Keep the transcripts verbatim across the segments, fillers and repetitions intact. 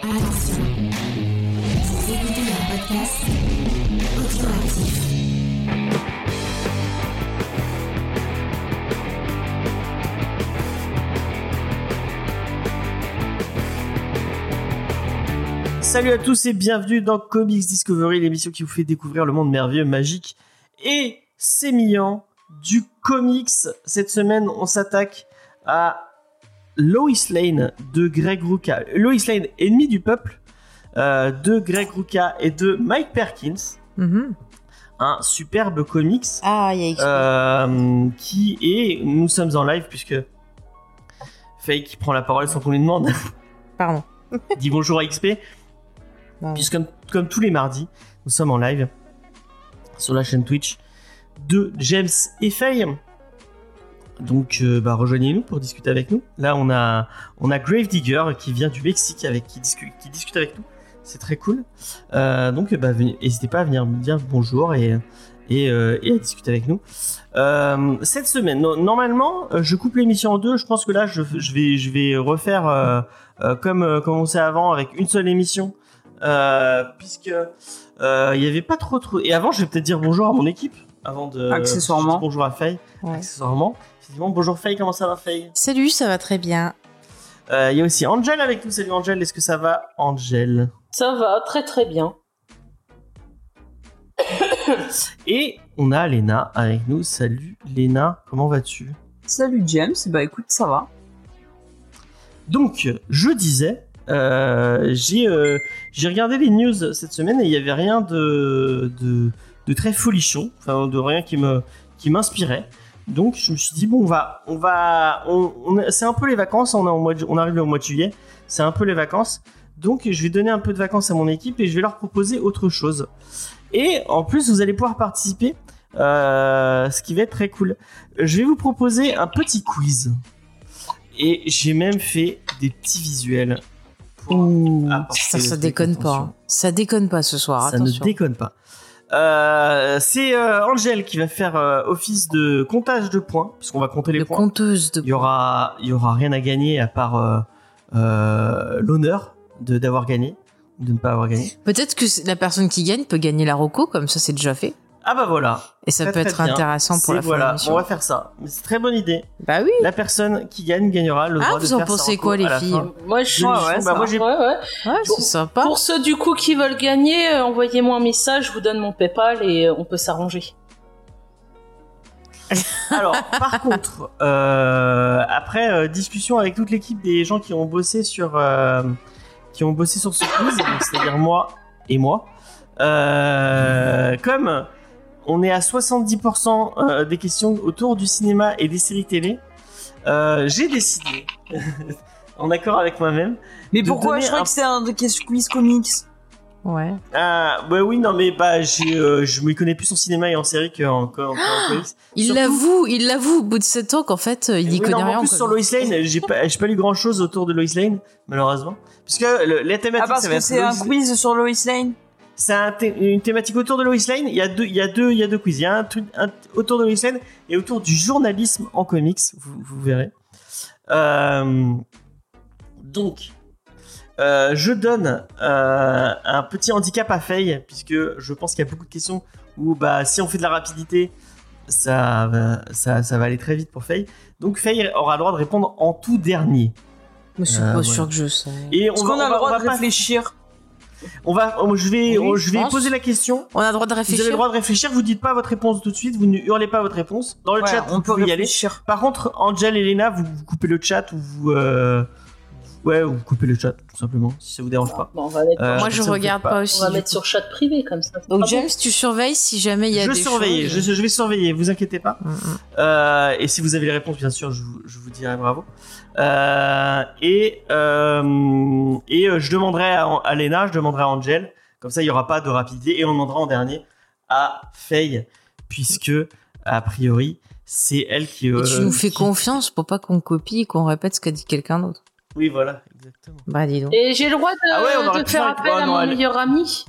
Attention, vous écoutez un podcast audioactif. Salut à tous et bienvenue dans Comics Discovery, l'émission qui vous fait découvrir le monde merveilleux, magique et sémillant du comics. Cette semaine, on s'attaque à Lois Lane de Greg Rucka. Lois Lane, ennemi du peuple, euh, de Greg Rucka et de Mike Perkins. Mm-hmm. Un superbe comics ah, y a euh, qui est... Nous sommes en live puisque Faye qui prend la parole sans qu'on lui demande. Pardon. Dis bonjour à X P. Non. Puisque comme, comme tous les mardis, nous sommes en live sur la chaîne Twitch de James et Faye. Donc euh, bah, rejoignez-nous pour discuter avec nous. Là on a, on a Gravedigger qui vient du Mexique avec, qui, discu- qui discute avec nous. C'est très cool. Euh, donc bah, venez, n'hésitez pas à venir me dire bonjour et, et, euh, et à discuter avec nous. Euh, cette semaine, no- normalement je coupe l'émission en deux. Je pense que là je, je, vais, je vais refaire euh, euh, comme, euh, comme on sait avant avec une seule émission. Euh, puisque euh, il y avait pas trop trop et avant je vais peut-être dire bonjour à mon équipe avant de accessoirement euh, bonjour à Faye ouais. accessoirement effectivement bonjour Faye, comment ça va Faye? Salut, ça va très bien. Il euh, y a aussi Angel avec nous. Salut Angel, est-ce que ça va Angel? Ça va très très bien. Et on a Léna avec nous. Salut Léna, comment vas-tu? Salut James, bah écoute ça va. Donc je disais Euh, j'ai, euh, j'ai regardé les news cette semaine et il n'y avait rien de, de, de très folichon, enfin de rien qui, me, qui m'inspirait. Donc je me suis dit bon on va, on va, on, on, c'est un peu les vacances, on, est en mois de, on arrive au mois de juillet, c'est un peu les vacances. Donc je vais donner un peu de vacances à mon équipe et je vais leur proposer autre chose. Et en plus vous allez pouvoir participer, euh, ce qui va être très cool. Je vais vous proposer un petit quiz et j'ai même fait des petits visuels. Ouh, ça, ça déconne pas. Ça déconne pas ce soir. Ça attention. ne déconne pas. Euh, c'est euh, Angel qui va faire euh, office de comptage de points, puisqu'on va compter les de points. Compteuse de il y aura, il y aura rien à gagner à part euh, euh, l'honneur de d'avoir gagné, de ne pas avoir gagné. Peut-être que la personne qui gagne peut gagner la Rocco, comme ça c'est déjà fait. Ah bah voilà. Et ça très, peut très être bien. intéressant pour c'est, la fin voilà, de l'émission. on va faire ça. Mais c'est très bonne idée. Bah oui. La personne qui gagne gagnera le ah, droit de faire Ah, vous en pensez quoi, les filles? Moi, je suis... Ouais, ouais, bah, moi, j'ai... ouais, ouais. ouais c'est sympa. Pour ceux, du coup, qui veulent gagner, euh, envoyez-moi un message, je vous donne mon PayPal et euh, on peut s'arranger. Alors, par contre, euh, après euh, discussion avec toute l'équipe des gens qui ont bossé sur, euh, qui ont bossé sur ce quiz, donc, c'est-à-dire moi et moi, euh, comme... on est à soixante-dix pour cent euh, des questions autour du cinéma et des séries télé. Euh, j'ai décidé, en accord avec moi-même. Mais pourquoi je crois un... que c'est un quiz comics? Ouais. Ah, bah oui, non, mais bah, j'ai, euh, je me connais plus en cinéma et en série qu'en, qu'en, qu'en comics. Il Surtout... l'avoue, il l'avoue au bout de sept ans qu'en fait, il y oui, connaît non, rien. En plus, sur Lois Lane, j'ai pas, j'ai pas lu grand-chose autour de Lois Lane, malheureusement. Puisque le, la thématique, ah, parce ça va que être c'est Lois... un quiz sur Lois Lane. C'est un thé- une thématique autour de Lois Lane. Il y a deux, il y a deux, il y a deux quiz. Il y a un truc un, autour de Lois Lane et autour du journalisme en comics. Vous, vous verrez. Euh, donc, euh, je donne euh, un petit handicap à Faye puisque je pense qu'il y a beaucoup de questions où, bah, si on fait de la rapidité, ça, va, ça, ça va aller très vite pour Faye. Donc, Faye aura le droit de répondre en tout dernier. Je suis euh, pas voilà. sûr que je sais. Et on Est-ce va, qu'on a on le va, droit on va de pas... réfléchir? On va, je vais, oui, je vais pense. poser la question. On a le droit de Vous réfléchir. avez le droit de réfléchir. Vous dites pas votre réponse tout de suite. Vous ne hurlez pas votre réponse. Dans le ouais, chat, on vous peut pouvez y réfléchir. aller. Par contre, Angel et Léna, vous, vous coupez le chat ou vous, euh... ouais, vous coupez le chat tout simplement si ça vous dérange pas. Bon, on va mettre... Euh, Moi, je regarde pas. pas aussi. On va mettre sur chat privé comme ça. Donc James, bon. Tu surveilles si jamais il y a je des surveille, choses. Je, je vais surveiller. Vous inquiétez pas. Mm-hmm. Euh, et si vous avez les réponses, bien sûr, je vous, je vous dirai bravo. Euh, et euh, et euh, je demanderai à, à Léna, je demanderai à Angel. Comme ça, il n'y aura pas de rapidité. Et on demandera en dernier à Faye, puisque, a priori, c'est elle qui... Euh, et tu nous fais qui... confiance pour pas qu'on copie et qu'on répète ce qu'a dit quelqu'un d'autre. Oui, voilà, exactement. Bah, dis donc. Et j'ai le droit de, ah ouais, de faire appel à non, mon elle... meilleur ami,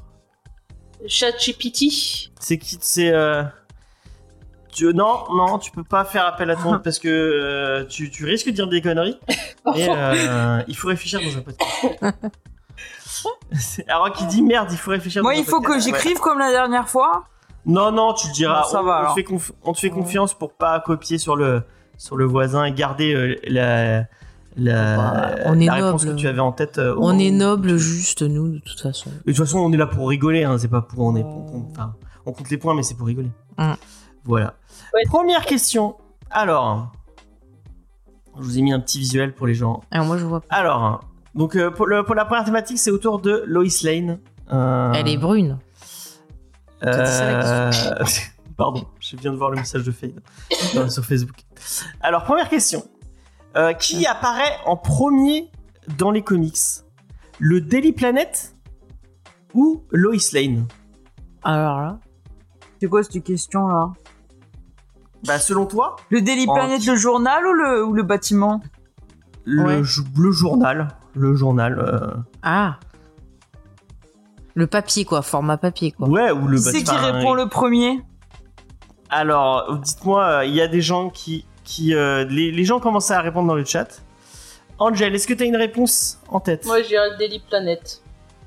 ChatGPT. C'est qui C'est... Euh... Tu... Non, non, tu peux pas faire appel à ton... parce que euh, tu, tu risques de dire des conneries. Et euh, il faut réfléchir dans un podcast. Alors qui dit merde, il faut réfléchir. Moi, dans il un faut podcast. que j'écrive Ouais. comme la dernière fois. Non, non, tu le diras. Bon, ça on, va, on, alors. te fait conf- on te fait confiance pour pas copier sur le, sur le voisin et garder euh, la, la, Bah, on est la réponse noble. que tu avais en tête. euh, au On moment est où- noble juste, nous, de toute façon. Et de toute façon, on est là pour rigoler, hein, c'est pas pour. On, est, on, enfin, on compte les points, mais c'est pour rigoler. Mm. Voilà. Ouais. Première question. Alors, je vous ai mis un petit visuel pour les gens. Alors, moi, je vois pas. Alors, donc euh, pour, le, pour la première thématique, c'est autour de Lois Lane. Euh, Elle est brune. euh, ça, la Pardon, je viens de voir le message de Fade euh, sur Facebook. Alors, première question. Euh, qui apparaît en premier dans les comics? Le Daily Planet ou Lois Lane? Alors là. C'est quoi cette question là? Bah, selon toi, Le Daily En- Planet, le journal ou le, ou le bâtiment? le, Ouais. jou- le journal. Le journal. euh, Ah. Le papier, quoi. Format papier, quoi. Ouais, ou le Qui c'est qui bâtiment. répond le premier? Alors, dites-moi, euh, il y a des gens qui. qui euh, les, les gens commencent à répondre dans le chat. Angel, est-ce que tu as une réponse en tête? Moi, je dirais le Daily Planet.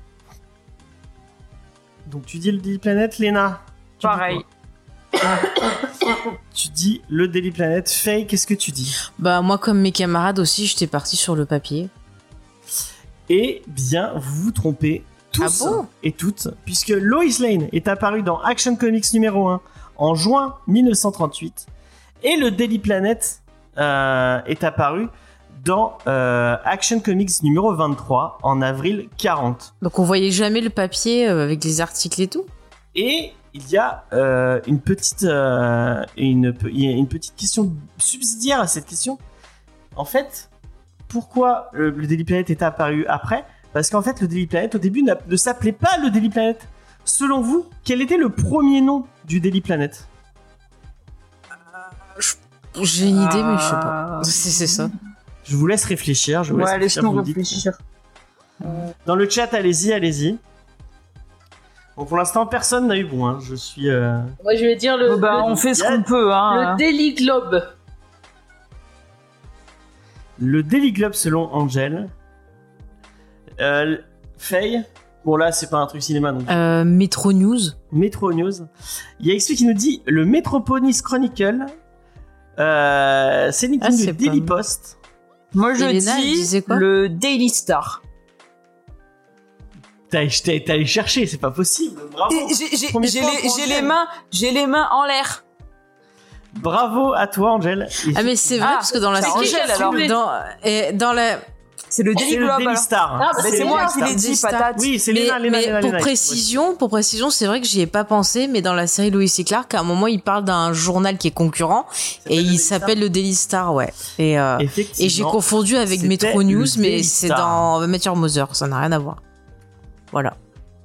Donc, tu dis le Daily Planet, Léna? Tu dis Pareil. quoi? Tu dis le Daily Planet. Faye, qu'est-ce que tu dis? Bah, moi, comme mes camarades aussi, j'étais partie sur le papier. Eh bien, vous vous trompez tous Ah bon et toutes, puisque Lois Lane est apparue dans Action Comics numéro un en juin mille neuf cent trente-huit, et le Daily Planet euh, est apparu dans euh, Action Comics numéro vingt-trois en avril quarante. Donc, on voyait jamais le papier euh, avec les articles et tout. Et il y a euh, une petite euh, une, pe- il y a une petite question subsidiaire à cette question. En fait, pourquoi le, le Daily Planet est apparu après? Parce qu'en fait, le Daily Planet au début n'a- ne s'appelait pas le Daily Planet. Selon vous, quel était le premier nom du Daily Planet? J'ai une idée, mais je sais pas. Euh, C'est c'est ça. Je vous laisse réfléchir. Je vous laisse Ouais, réfléchir, laisse-nous vous me dites. réfléchir. Dans le chat, allez-y, allez-y. Bon, pour l'instant, personne n'a eu bon. Hein. Je suis. euh, Moi, je vais dire le, Bon, bah, le, on fait ce y a- qu'on peut, hein. le Daily Globe. Le Daily Globe selon Angel. Euh, Faye. Bon là c'est pas un truc cinéma donc. Euh, Metro News. Metro News. Il y a X P qui nous dit le Metropolis Chronicle. Euh, c'est une Ah, ligne c'est de Daily pas- Post. Moi, je Elena, elle dis disait quoi le Daily Star. T'as t'as- t'as allé chercher, c'est pas possible. Bravo. Et J'ai j'ai- Premier j'ai point les, pour j'ai Angel. les mains, j'ai les mains en l'air. Bravo à toi Angel. Et Ah, mais c'est vrai, Ah, parce que dans la c'est série. Angèle, alors. Dans, et dans la. C'est le c'est Daily le Globe. Daily alors. Star. Ah, bah, Bah, c'est c'est moi Léna, qui l'ai dit, Star. patate. Oui, c'est Mais, Léna, Léna, mais Léna, pour Léna. précision, pour précision, c'est vrai que j'y ai pas pensé, mais dans la série Lois et Clark, à un moment, il parle d'un journal qui est concurrent et il s'appelle le Daily Star, ouais. Et, euh, Effectivement. et j'ai confondu avec c'était Metro le News, mais Daily c'est Star. dans Met Your Mother, ça n'a rien à voir. Voilà.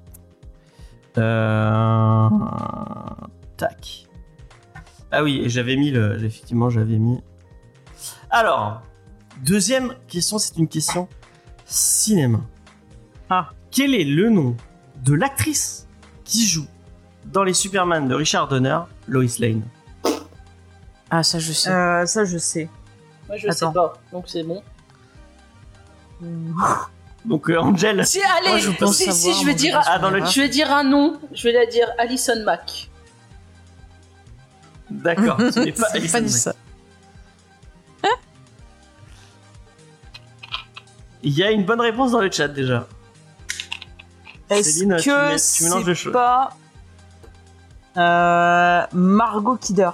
Euh... Tac. Ah oui, et j'avais mis le. Effectivement, j'avais mis. Alors, deuxième question, c'est une question cinéma. Ah. Quel est le nom de l'actrice qui joue dans les Superman de Richard Donner, Lois Lane? Ah, ça, je sais. Euh, ça, je sais. Moi, je Attends. sais pas. Donc, c'est bon. Donc, euh, Angel. Si, allez, Moi, je pense si, si, savoir, je vais mon dire, gars, Ah, dans le- je vais dire un nom. Je vais la dire Alison Mack. D'accord, ce n'est pas C'est Alison pas dit Mack. ça. Il y a une bonne réponse dans le chat déjà. Est-ce Céline, tu que mets- tu mélanges les c'est choses. pas euh, Margot Kidder?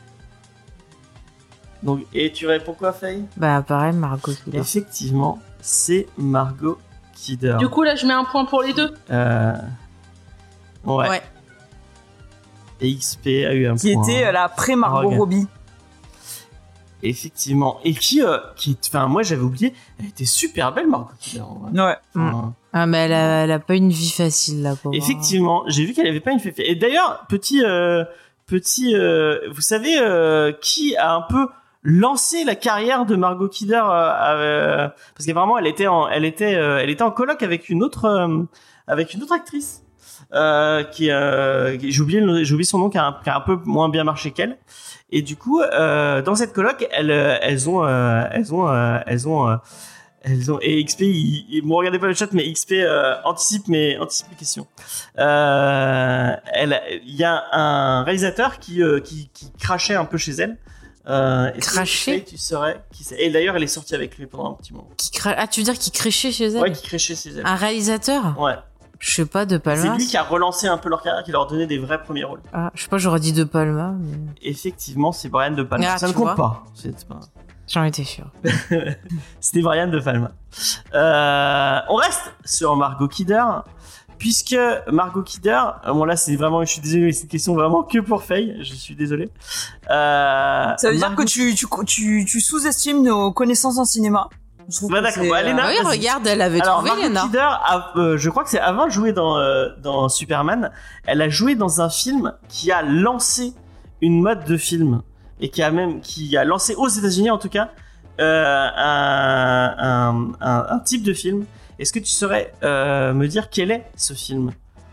Donc, et tu réponds quoi, Faye? Bah, pareil, Margot Kidder. Effectivement, c'est Margot Kidder. Du coup, là, je mets un point pour les deux. Euh... Ouais. Ouais. Et X P a eu un Qui point. était euh, la pré-Margot Regarde. Robbie. Effectivement. Et qui, euh, qui, enfin, moi j'avais oublié, elle était super belle, Margot Kidder. en vrai. Ouais. Enfin, Ah, mais elle a, elle a pas une vie facile, là, pauvre. Effectivement, j'ai vu qu'elle avait pas une féfé. Et d'ailleurs, petit, euh, petit, euh, vous savez euh, qui a un peu lancé la carrière de Margot Kidder euh, euh, parce que vraiment, elle était en, elle était, euh, elle était en coloc avec une autre, euh, avec une autre actrice. Euh, qui, euh, qui- j'ai oublié, le- j'ai oublié son nom, qui a, un, qui a un peu moins bien marché qu'elle. Et du coup, euh, dans cette coloc, elles, euh, elles ont, euh, elles ont, euh, elles ont, euh, Elles ont et X P, il, il, bon, regardez pas le chat, mais X P euh, anticipe mes anticipe mes questions. Euh, elle, il y a un réalisateur qui euh, qui, qui crachait un peu chez elle. Euh, Cracher. Tu serais qui c'est et d'ailleurs elle est sortie avec lui pendant un petit moment. Qui cra... Ah, tu veux dire qu'il créchait chez elle? Ouais, qui crachait chez elle. Un réalisateur? Ouais. Je sais pas, De Palma. C'est lui qui a relancé un peu leur carrière, qui leur donnait des vrais premiers rôles. Ah, je sais pas, j'aurais dit De Palma. Mais... Effectivement, c'est Brian De Palma. Ah, ça ne tu compte vois. pas. C'est pas... J'en étais sûr. C'était Brian De Palma. Euh, on reste sur Margot Kidder, puisque Margot Kidder, bon là c'est vraiment, je suis désolé, c'est une question vraiment que pour Faye, je suis désolé. Euh, Ça veut dire Margot... que tu, tu, tu, tu sous-estimes nos connaissances en cinéma. Je trouve Bah que d'accord, c'est, bah, Léna, Ah oui, vas-y. regarde, elle avait Alors, trouvé, Margot Léna. Kidder, a, euh, je crois que c'est avant de jouer dans, euh, dans Superman, elle a joué dans un film qui a lancé une mode de film et qui a même qui a lancé aux États-Unis en tout cas euh, un, un, un, un type de film. Est-ce que tu saurais euh, me dire quel est ce film?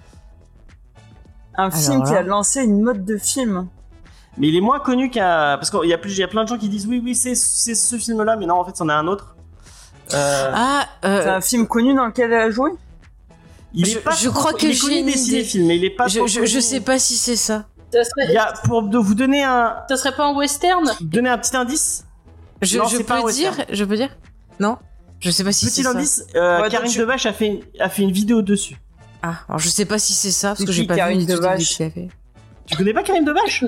un Alors film qui là. a lancé une mode de film. Mais il est moins connu qu'un parce qu'il y a plus il y a plein de gens qui disent oui oui c'est c'est ce film-là, mais non en fait c'en est un autre. Euh, Ah, euh, C'est un film connu dans lequel elle a joué. il est je- pas je trop- crois il que est connu j'ai une des idée. cinéphilms, mais il est pas. je, trop je, connu. je sais pas si c'est ça. Ça Il serait, y a pour de vous donner un ça serait pas un western? donner un petit indice. Je, Non, je c'est pas un peux dire, western. je peux dire? Non? Je sais pas si c'est Petit ça. indice, euh, Ouais, Karine donc tu- Debache a fait a fait une vidéo dessus. Ah, alors je sais pas si c'est ça, parce C'est que j'ai qui, pas Karine vu du tout Debache de qu'il a fait. Tu connais pas Karine Debache?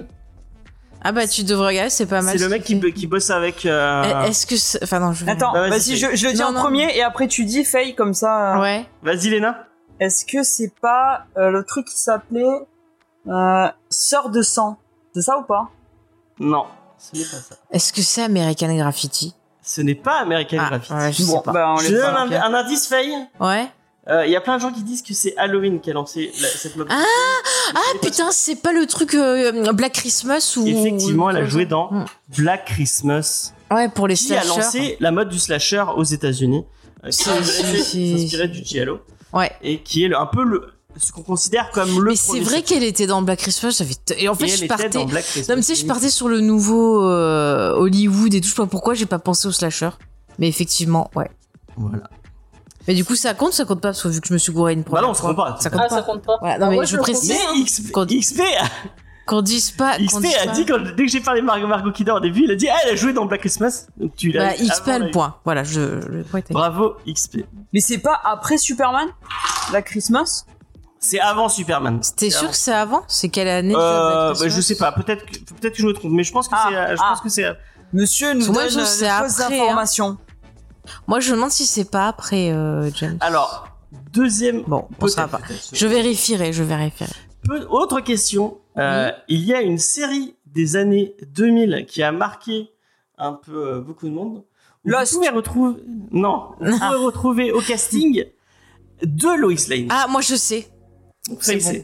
Ah bah tu devrais regarder, c'est pas mal. C'est le ce mec qu'il qui, fait. qui bosse avec. Euh... Eh, Est-ce que c'est... Enfin non, je vais... Attends, Bah, vas-y, vas-y, je, je le dis Non, en non. premier et après tu dis Faye comme ça. euh, Ouais. Vas-y Léna. Est-ce que c'est pas euh, le truc qui s'appelait euh, Sœur de sang? C'est ça ou pas? Non, ce n'est pas ça. Est-ce que c'est American Graffiti? Ce n'est pas American Ah, Graffiti. ouais, je Bon, sais pas. bah on Je laisse donne pas. un, un indice Faye. Ouais. Euh, Il y a plein de gens qui disent que c'est Halloween qui a lancé la- cette mode. Ah, Ah putain, c'est pas le truc euh, Black Christmas ou... Effectivement, elle a joué dans Hmm. Black Christmas, Ouais, pour les qui a slashers. lancé la mode du slasher aux États-Unis, euh, qui C'est- c'est- c'est- s'inspirait du giallo Ouais. et qui est le- un peu le ce qu'on considère comme le. Mais c'est premier vrai slasher. qu'elle était dans Black Christmas, j'avais... t- Et en fait, Et je elle était partais... dans Black Christmas. Non mais tu sais, je partais sur le nouveau euh, Hollywood et tout, je sais pas pourquoi j'ai pas pensé au slasher. Mais effectivement, ouais. Voilà. Mais du coup, ça compte, ça compte pas, parce que vu que je me suis gouré une Bah première non, ça fois. compte pas. Ça compte Ah, pas. ça compte pas. Voilà, non, Ah, mais moi, je le précise- comptais, Mais hein. X P, Quand- X P, Qu'on dise pas... qu'on X P dise a pas- dit quand, dès que j'ai parlé de Mar- Margot Kidder au début, il a dit ah, elle a joué dans Black Christmas. Donc tu l'as. Bah, X P a avant le la- point. Voilà, je... Le point était- Bravo X P. Mais c'est pas après Superman? La Christmas? C'est avant Superman. T'es sûr que c'est avant? C'est quelle année déjà, Euh, Black bah, Christmas je sais pas, peut-être que, peut-être que je me trompe, mais je pense que Ah, c'est, je ah. pense que c'est. Monsieur nous Moi, donne je trouve que euh, c'est de fausses après, hein. informations. Moi, je me demande si c'est pas après, euh, James. Alors, deuxième. Bon, on peut-être, saura pas. peut-être. Je vérifierai, je vérifierai. Peu- autre question. Euh, il y a une série des années deux mille qui a marqué un peu euh, beaucoup de monde. Vous Lost. pouvez retrouver. Non, vous pouvez retrouver au casting de Lois Lane. Ah, moi, je sais. Ça, c'est c'est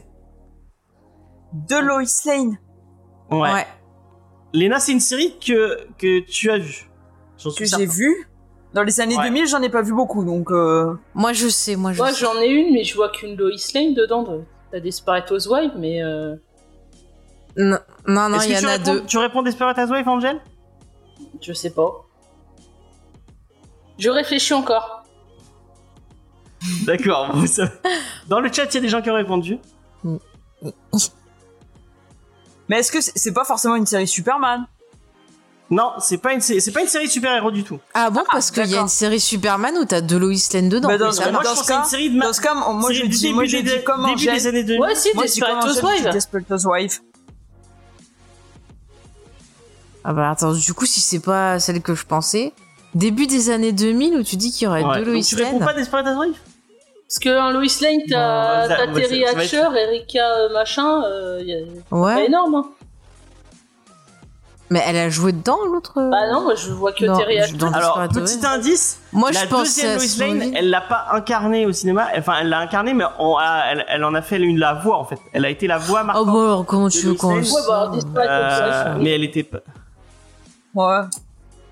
De Lois Lane. bon. Ouais. Ouais. Léna, c'est une série que, que tu as vue. J'en suis Que certain. j'ai vu. Dans les années Ouais. deux mille, j'en ai pas vu beaucoup, donc euh... Moi, je sais, moi, je Moi, sais. j'en ai une, mais je vois qu'une Lois Lane dedans. de- T'as Desperate Housewives, mais euh, Non, non, non, Est-ce il y que en tu a réponds, deux. Tu réponds Desperate Housewives, Angel? je sais pas. Je réfléchis encore. D'accord. vous savez. Dans le chat, il y a des gens qui ont répondu. Mais est-ce que c'est c'est pas forcément une série Superman? Non, c'est pas une, sé- c'est pas une série de super-héros du tout. Ah bon, parce qu'il y a d'accord. une série Superman où t'as de Lois Lane dedans. Bah, dans- Oui, ça bah, moi, marche. je dans pense ce que c'est une cas- série de ma- Dans ce cas, moi je série du dis, début, moi je des, dis comme début Angèle. des années deux mille. Ouais, si, Moi je dis comme Desperate Angèle, je dis Housewives. Desperate Housewives. Ah bah attends, du coup, si c'est pas celle que je pensais. Début des années deux mille où tu dis qu'il y aurait Ouais. deux Donc, Lois tu réponds Lane. pas Desperate Housewives? Parce que en Lois Lane, t'as Bon, ça- t'as bon, Terry ça- ça va être- Hatcher, Erika euh, machin, euh, y a... pas Ouais. énorme. Hein. Mais elle a joué dedans, l'autre. Bah non, moi je vois que Non, Terry je- Hatcher. dans Alors, Desperate petit Housewives. indice, Moi, la je pense deuxième à Lois Lane, Smallville. elle l'a pas incarnée au cinéma. Enfin, elle l'a incarnée, mais on a- elle, elle en a fait une la voix en fait. Elle a été la voix Oh marquante. bon, alors comment tu De veux Lois qu'on Lane. le Ouais, bah, sache Desperate Euh, Housewives. mais elle était pas. Ouais.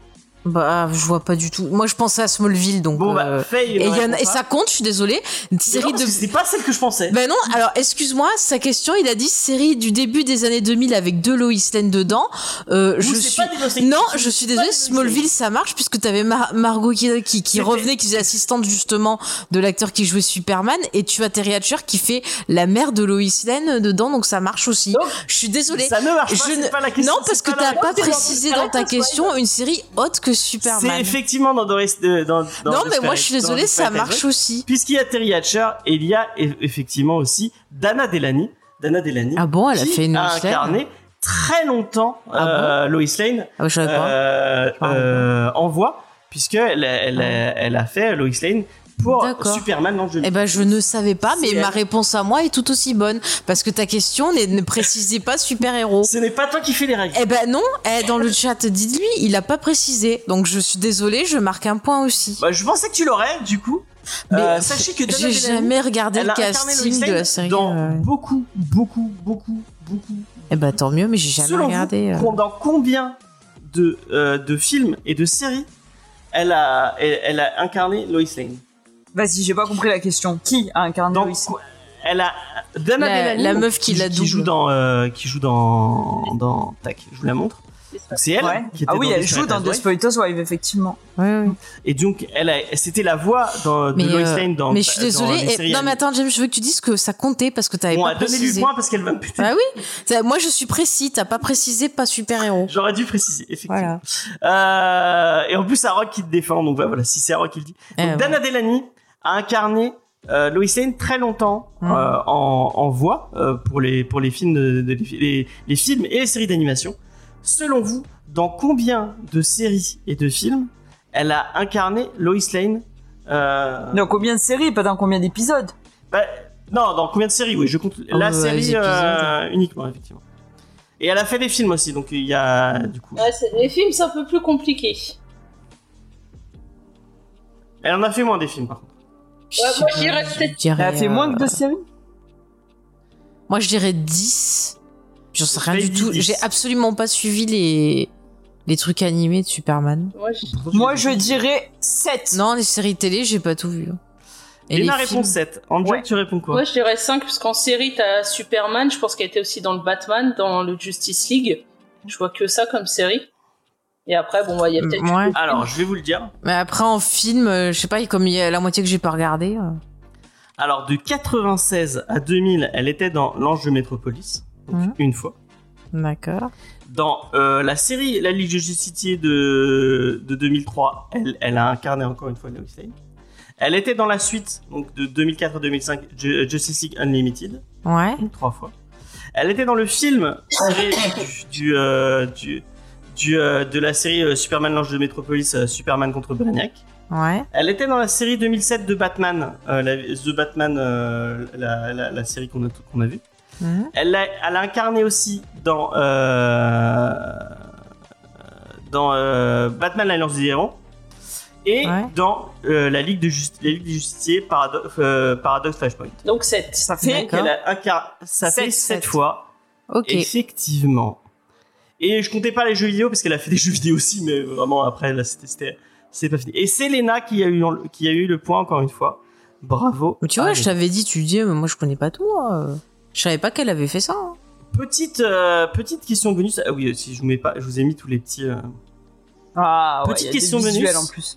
Bah, je vois pas du tout. Moi, je pensais à Smallville, donc. Bon, bah, euh, Faye, et, ne y en a- répond et pas. ça compte, je suis désolée. Une Mais série non, parce de. que c'est pas celle que je pensais. Ben non, alors excuse-moi, sa question, il a dit série du début des années deux mille avec deux Lois Lane dedans. Euh, Ou je c'est suis pas des Lois Lane. non, C'est je suis pas désolée, des Lois Lane. Smallville ça marche puisque t'avais Mar- Margot qui qui, qui C'était- revenait, qui faisait assistante justement de l'acteur qui jouait Superman, et tu as Terry Hatcher qui fait la mère de Lois Lane dedans, donc ça marche aussi. Donc, Je suis désolée. Ça ne marche pas, Je c'est ne- pas la question. Non, parce c'est que la t'as réponse. pas précisé dans ta question une série autre que C'est Superman. effectivement dans Doris. de- Dans, dans Non, mais Desperate- moi je suis dans désolée, ça Desperate marche Housewives. aussi. Puisqu'il y a Terry Hatcher, et il y a e- effectivement aussi Dana Delany. Dana Delany. Ah bon, elle a qui fait une a Lois Lane incarné très longtemps Ah euh, Lois Lane Ah, je savais pas. euh, Ah, euh, en voix, puisqu'elle elle, Ah. elle a fait Lois Lane pour D'accord. Superman dans le jeu. Eh ben, je ne savais pas, mais C'est ma elle. réponse à moi est tout aussi bonne. Parce que ta question n'est- ne précisait pas super-héros. Ce n'est pas toi qui fais les règles. Eh ben non, eh, dans le chat, dites-lui, il a pas précisé. Donc je suis désolée, je marque un point aussi. Bah, je pensais que tu l'aurais, du coup. Mais Euh, sachez que Dana j'ai Delany, jamais regardé elle le a incarné casting Lois de la Lane série. dans euh. beaucoup, beaucoup, beaucoup, beaucoup. Eh ben tant mieux, mais j'ai jamais Selon regardé. vous, euh. dans combien de, euh, de films et de séries elle a, elle, elle a incarné Lois Lane? Vas-y, j'ai pas compris la question. Qui a incarné Dans Lois? quoi- Elle a Dana La- Delany, la donc, meuf qui la qui double. joue dans, euh, qui joue dans, dans, tac, je vous la montre. Donc, c'est elle Ouais. qui était Ah oui, dans elle Desperate joue dans Housewives. Desperate Housewives, effectivement. Ouais, ouais. Et donc, elle a, c'était la voix dans, de Mais, Lois euh, Lane dans. mais je suis dans désolée. les et- séries non, mais animées. attends, James, je veux que tu dises que ça comptait parce que t'avais Bon, pas donnez-lui le précisé. point parce qu'elle va me putain. Ah oui, Ça- moi je suis précis. T'as pas précisé, pas super-héros. J'aurais dû préciser, effectivement. Voilà. Euh, et en plus, c'est Rock qui te défend, donc voilà, si c'est Rock qui le dit. Eh, Donc, Dana Delany a incarné euh, Lois Lane très longtemps Mm. euh, en, en voix euh, pour les pour les films de, de- les, les films et les séries d'animation. Selon vous, dans combien de séries et de films elle a incarné Lois Lane euh, Dans combien de séries, pas dans combien d'épisodes? bah, non, dans combien de séries? Oui, je compte Oh, la bah, série les épisodes. euh, uniquement, effectivement. Et elle a fait des films aussi, donc il y a du coup. Ouais, c'est- les films, c'est un peu plus compliqué. Elle en a fait moins des films, par contre. Ouais, moi, je dirais peut-être- dirais, Elle a fait euh, moins que deux séries? Moi, je dirais dix. J'en sais rien Fais du dix, tout. dix. J'ai absolument pas suivi les, les trucs animés de Superman. Moi, je- Moi, je dirais sept. Non, les séries télé, j'ai pas tout vu. Et Lina les répond films. sept. Angel, Ouais. tu réponds quoi? Moi, je dirais cinq, parce qu'en série, t'as Superman, je pense qu'elle était aussi dans le Batman, dans le Justice League. Je vois que ça comme série. Et après, bon, bah, il y a peut-être... Ouais. Alors, je vais vous le dire. Mais après, en film, euh, je sais pas, comme il y a la moitié que j'ai pas regardé. euh. Alors, de quatre-vingt-seize à deux mille, elle était dans L'Ange de Métropolis, donc Mhm. une fois. D'accord. Dans euh, la série La Ligue de Justicier de, de deux mille trois, elle, elle a incarné encore une fois Lois Lane. Elle était dans la suite, donc de deux mille quatre à deux mille cinq, Ju- Justice League Unlimited, Ouais. donc trois fois. Elle était dans le film tiré du, du, euh, du, du, euh, de la série euh, Superman l'Ange de Métropolis, euh, Superman contre Brainiac. Ouais. Elle était dans la série deux mille sept de Batman, euh, la, The Batman, euh, la, la, la série qu'on a, qu'on a vue. Mhm. Elle a, elle a incarné aussi dans, euh, dans euh, Batman l'Alliance des Héros et Ouais. dans euh, la, Ligue de Justi- la Ligue des Justiciers Parado- euh, Paradox Flashpoint. Donc sept. Ça fait D'accord. Elle a incarné, ça Sept, fait sept. sept fois, Ok. effectivement. Et je comptais pas les jeux vidéo parce qu'elle a fait des jeux vidéo aussi, mais vraiment après là c'était c'était c'est pas fini. Et c'est Léna qui a eu qui a eu le point encore une fois. Bravo. Mais tu vois, Allez. je t'avais dit, tu dis, mais moi je connais pas tout. hein. Je savais pas qu'elle avait fait ça. hein. Petite euh, petite question bonus. Ah oui, si je vous mets pas, je vous ai mis tous les petits. euh, Ah, ouais, Petite il y a des question visuels bonus. en plus.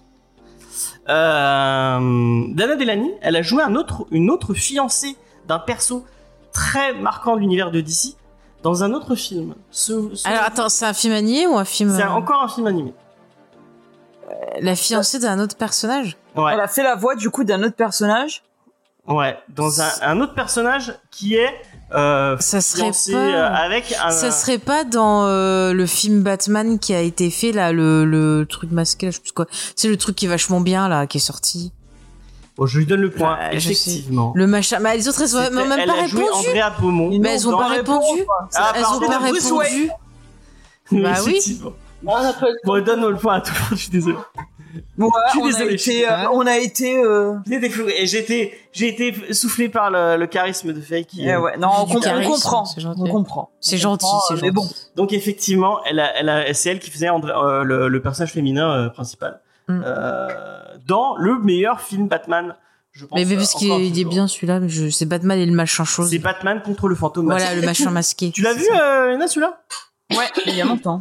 Euh, Dana Delany, elle a joué un autre, une autre fiancée d'un perso très marquant de l'univers de D C dans un autre film. Ce, ce- Alors attends, c'est un film animé ou un film. c'est euh, encore un film animé. La fiancée d'un autre personnage. Ouais, Elle a fait la voix, du coup, d'un autre personnage. ouais, dans un, un autre personnage qui est euh, Ça serait fiancé pas. euh, avec un. Ça serait pas dans euh, le film Batman qui a été fait là, le, le truc masqué, là, je sais plus quoi. C'est le truc qui est vachement bien là, qui est sorti. Bon, je lui donne le point. Ouais, je sais. effectivement. Le machin. Mais les autres, elles ont C'était- m'ont même elle pas a joué répondu. Andrea Beaumont. Mais Mais elles ont dans pas la- répondu. Ah, elles ont pardon, pas Bruce répondu. Oui, Bah oui. effectivement. Ah, on a pas le Bon, donne le point à tout le monde. Je suis désolé. Ouais, Je suis on, désolé, a je suis été, euh, on a été. Euh... J'ai été flou- et j'ai été, j'ai été soufflé par le, le charisme de Faye qui. Eh ouais, non, on, Du com- on charisme, comprend. c'est gentil. On comprend. C'est On gentil, comprend, c'est mais gentil. bon. Donc effectivement, elle a, elle a, c'est elle qui faisait André- euh, le, le personnage féminin euh, principal Mm. euh, dans le meilleur film Batman, je pense. Mais, mais parce euh, qu'il encore est, il est toujours. bien celui-là, mais je, c'est Batman et le machin chose. C'est Batman contre le fantôme. Voilà, masqué. le machin masqué. Tu l'as C'est vu, ça. euh, Lena, celui-là? Ouais, il y a longtemps.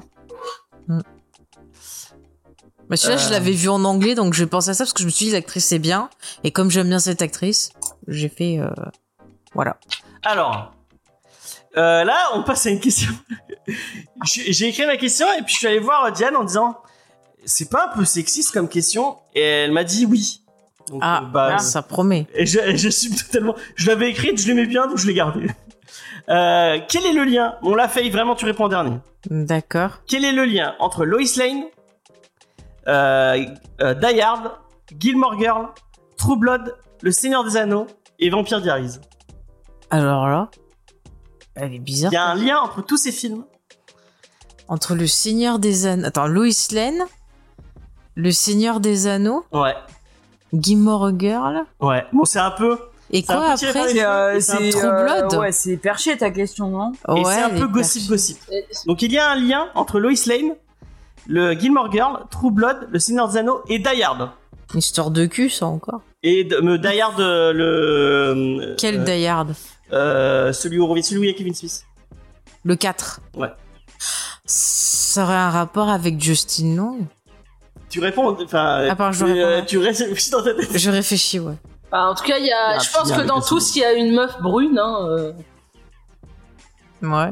Bah, celui-là, Euh. je l'avais vu en anglais, donc j'ai pensé à ça parce que je me suis dit l'actrice c'est bien. Et comme j'aime bien cette actrice, j'ai fait. Euh... Voilà. Alors, euh, là, on passe à une question. j'ai j'ai écrit ma question et puis je suis allé voir Diane en disant, c'est pas un peu sexiste comme question? Et elle m'a dit oui. Donc, Ah, euh, bah, ça promet. Et je, et j'assume totalement. Je l'avais écrite, je l'aimais bien, donc je l'ai gardée. Euh, quel est le lien? On l'a fait, vraiment, tu réponds en dernier. D'accord. Quel est le lien entre Lois Lane, euh, euh, Die Hard, Gilmore Girl, True Blood, Le Seigneur des Anneaux et Vampire Diaries? Alors là, elle est bizarre. Il y a un lien entre tous ces films. Entre le Seigneur des Anneaux. Attends, Lois Lane, le Seigneur des Anneaux, Ouais, Gilmore Girl. ouais. Bon, c'est un peu. Et C'est un quoi peu tiré par après les C'est, euh, C'est un c'est, True euh, Blood. ouais, c'est perché ta question, non? Et c'est un elle peu est gossip perchée. gossip. Et- Donc il y a un lien entre Lois Lane, le Gilmore Girl, True Blood, Le Seigneur des Anneaux et Die Hard. Histoire de cul, ça encore. Et de, me Die Hard, euh, le. euh, Quel euh, Die Hard? euh, Celui où on revient, celui où il y a Kevin Smith. Le quatre. Ouais. Ça aurait un rapport avec Justin Long? Tu réponds, enfin. Ah, pardon, je tu, réponds, euh, ouais. tu réfléchis dans ta tête. Je réfléchis, ouais. Bah, en tout cas, il y Il y a a, un je pense film que avec dans le tous, il y a une meuf brune. Hein, euh. Ouais.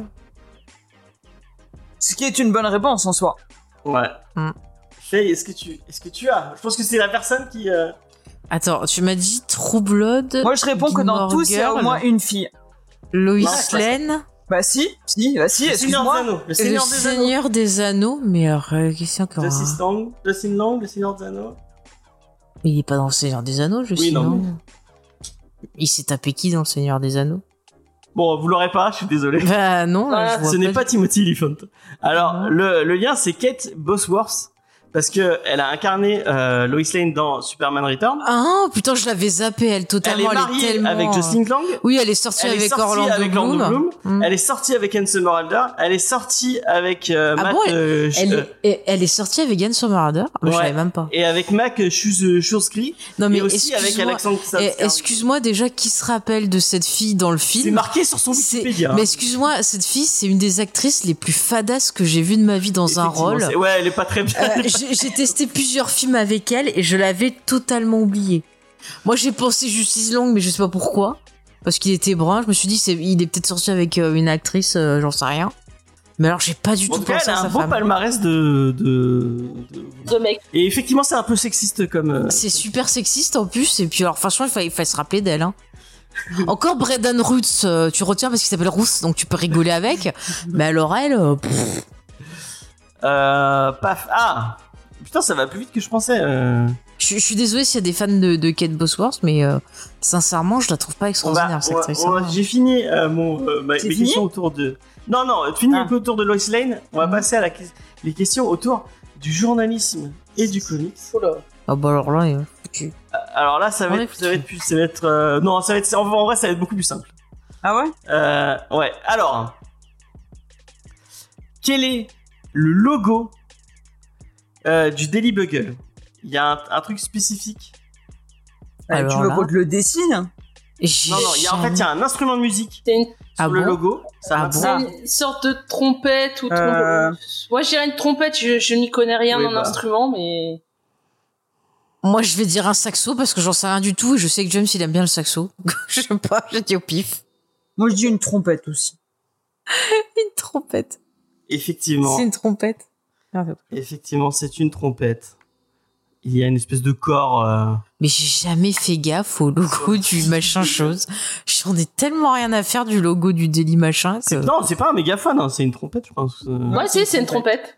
Ce qui est une bonne réponse en soi. Ouais. Hmm. Faye, est-ce que tu, est-ce que tu as? Je pense que c'est la personne qui. euh, Attends, tu m'as dit True Blood, Moi, je réponds que dans Gilmore tous, il y a au Girl, moins une fille. Lois Non, c'est pas ça. Lane, Bah si, si, bah si, Le Seigneur des excuse-moi. Anneaux. Le le Seigneur des Anneaux. Seigneur des Anneaux. Mais alors, euh, qu'est-ce qu'il y a encore? Justin hein Long, Justin Long, Le Seigneur des Anneaux. Mais il est pas dans le Seigneur des Anneaux, je Oui, sais. non, non. Il s'est tapé qui dans le Seigneur des Anneaux? Bon, vous l'aurez pas, je suis désolé. Bah non, là, Ah, je vois Ce n'est pas du- Timothy Olyphant. Alors, Non. le, le lien, c'est Kate Bosworth. Parce que elle a incarné euh, Lois Lane dans Superman Return. Ah putain, je l'avais zappé elle Elle totalement. est mariée tellement... avec Justin Long. Oui, elle est sortie Elle est avec sortie Orlando avec Bloom. Orlando Bloom. Mm. Elle est sortie avec Anne Somerhalder. Elle est sortie avec euh, Ah Matt bon, elle- euh, Ch- Elle, euh, est, et- elle est sortie avec Yann Sommerhalder. Je Ouais. savais même pas. et avec Mac Schursky. Non mais et aussi avec excuse-moi. Alexandre eh, Skarsgård. Excuse-moi déjà, qui se rappelle de cette fille dans le C'est film? marqué sur son C'est- Wikipédia. Mais excuse-moi, cette fille, c'est une des actrices les plus fadasses que j'ai vues de ma vie dans un Effectivement, rôle. c'est- Ouais, elle est pas très bien. Euh, j'ai j'ai testé plusieurs films avec elle et je l'avais totalement oublié. Moi, j'ai pensé Justice Long, mais je sais pas pourquoi. Parce qu'il était brun. Je me suis dit, c'est, il est peut-être sorti avec euh, une actrice, euh, j'en sais rien. Mais alors, j'ai pas du En tout tout cas, pensé elle à a un sa beau femme. palmarès de, de, de- De mec. Et effectivement, c'est un peu sexiste comme. euh, C'est super sexiste en plus. Et puis, alors, franchement, il fallait, il fallait se rappeler d'elle. Hein. Encore Brendan Roots, euh, tu retiens parce qu'il s'appelle Rousse, donc tu peux rigoler avec. Mais alors, elle, euh, pff, Euh, paf. Ah Putain, ça va plus vite que je pensais. euh. je, je suis désolée s'il y a des fans de, de Kate Bosworth, mais euh, sincèrement, je la trouve pas On va- extraordinaire, cette on va- actrice. on va- hein. J'ai fini euh, mon, euh, ma- C'est mes fini questions autour de. Non, non, tu finis Ah. un peu autour de Lois Lane. On va Mhm. passer à la, que- les questions autour du journalisme et du comics. Oula. Ah bah alors là, euh, foutu. Alors là, ça va On est être, ça va être plus, ça va être, euh, non, ça va être, en en vrai, ça va être beaucoup plus simple. Ah ouais? Euh, ouais. Alors, quel est le logo euh, du Daily Bugle? Il y a un, un truc spécifique. Euh, Alors tu veux là- qu'on te le dessine? J'ai Non, non. Il y a en fait, il y a un instrument de musique C'est une, sur Ah le bon logo. Ça Ah va- bon ça- c'est une sorte de trompette ou Euh. trompette. Moi, je dirais une trompette. Je, je n'y connais rien Oui, en bah. instrument, mais. Moi, je vais dire un saxo parce que j'en sais rien du tout et je sais que James, il aime bien le saxo. Je sais pas, j'ai dit au pif. Moi, je dis une trompette aussi. Une trompette. Effectivement. C'est une trompette. Effectivement, c'est une trompette. Il y a une espèce de corps. euh, Mais j'ai jamais fait gaffe au logo du machin chose. J'en ai tellement rien à faire du logo du Daily machin que... c'est- Non, c'est pas un mégaphone, hein, c'est une trompette, je pense. euh. Ouais, si, c'est une trompette.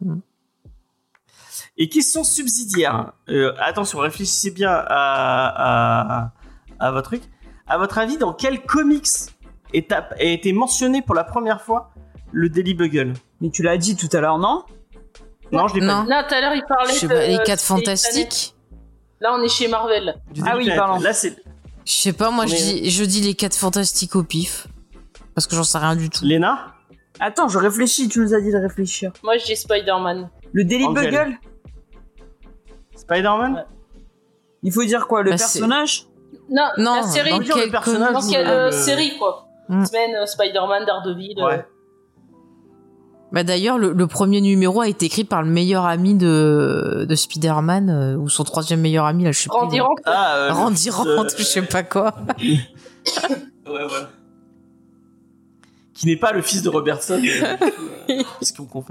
Et question subsidiaire. Euh, attention, réfléchissez bien à, à, à votre truc. À votre avis, dans quel comics est, a, a été mentionné pour la première fois le Daily Bugle? Mais tu l'as dit tout à l'heure, non? Non, je l'ai pas Non. dit. Là, tout à l'heure, il parlait Je sais de pas, les euh, quatre Daily fantastiques. Planet. Là, on est chez Marvel. Du Ah Daily oui, Planet. pardon. Là, c'est Je sais pas, moi je Mais- dis, je dis les quatre fantastiques au pif. Parce que j'en sais rien du tout. Léna. Attends, je réfléchis, tu nous as dit de réfléchir. Moi, je dis Spider-Man. Le Daily Angel. Bugle, Spider-Man. Ouais. il faut dire quoi, le Bah, c'est- personnage? Non, Non, la série. dans Dire le quel personnage Dans ou quelle le- euh, le- série, quoi Mm. X-Men, euh, Spider-Man, Daredevil. euh, Ouais. Bah d'ailleurs, le, le premier numéro a été écrit par le meilleur ami de, de Spider-Man, euh, ou son troisième meilleur ami, là, je sais Randy plus. Rand. Ah, euh, le Randy fils, Rand, euh, je sais pas quoi. Ouais, voilà. Qui n'est pas le fils de Robertson. euh, Qu'est-ce qu'on confère?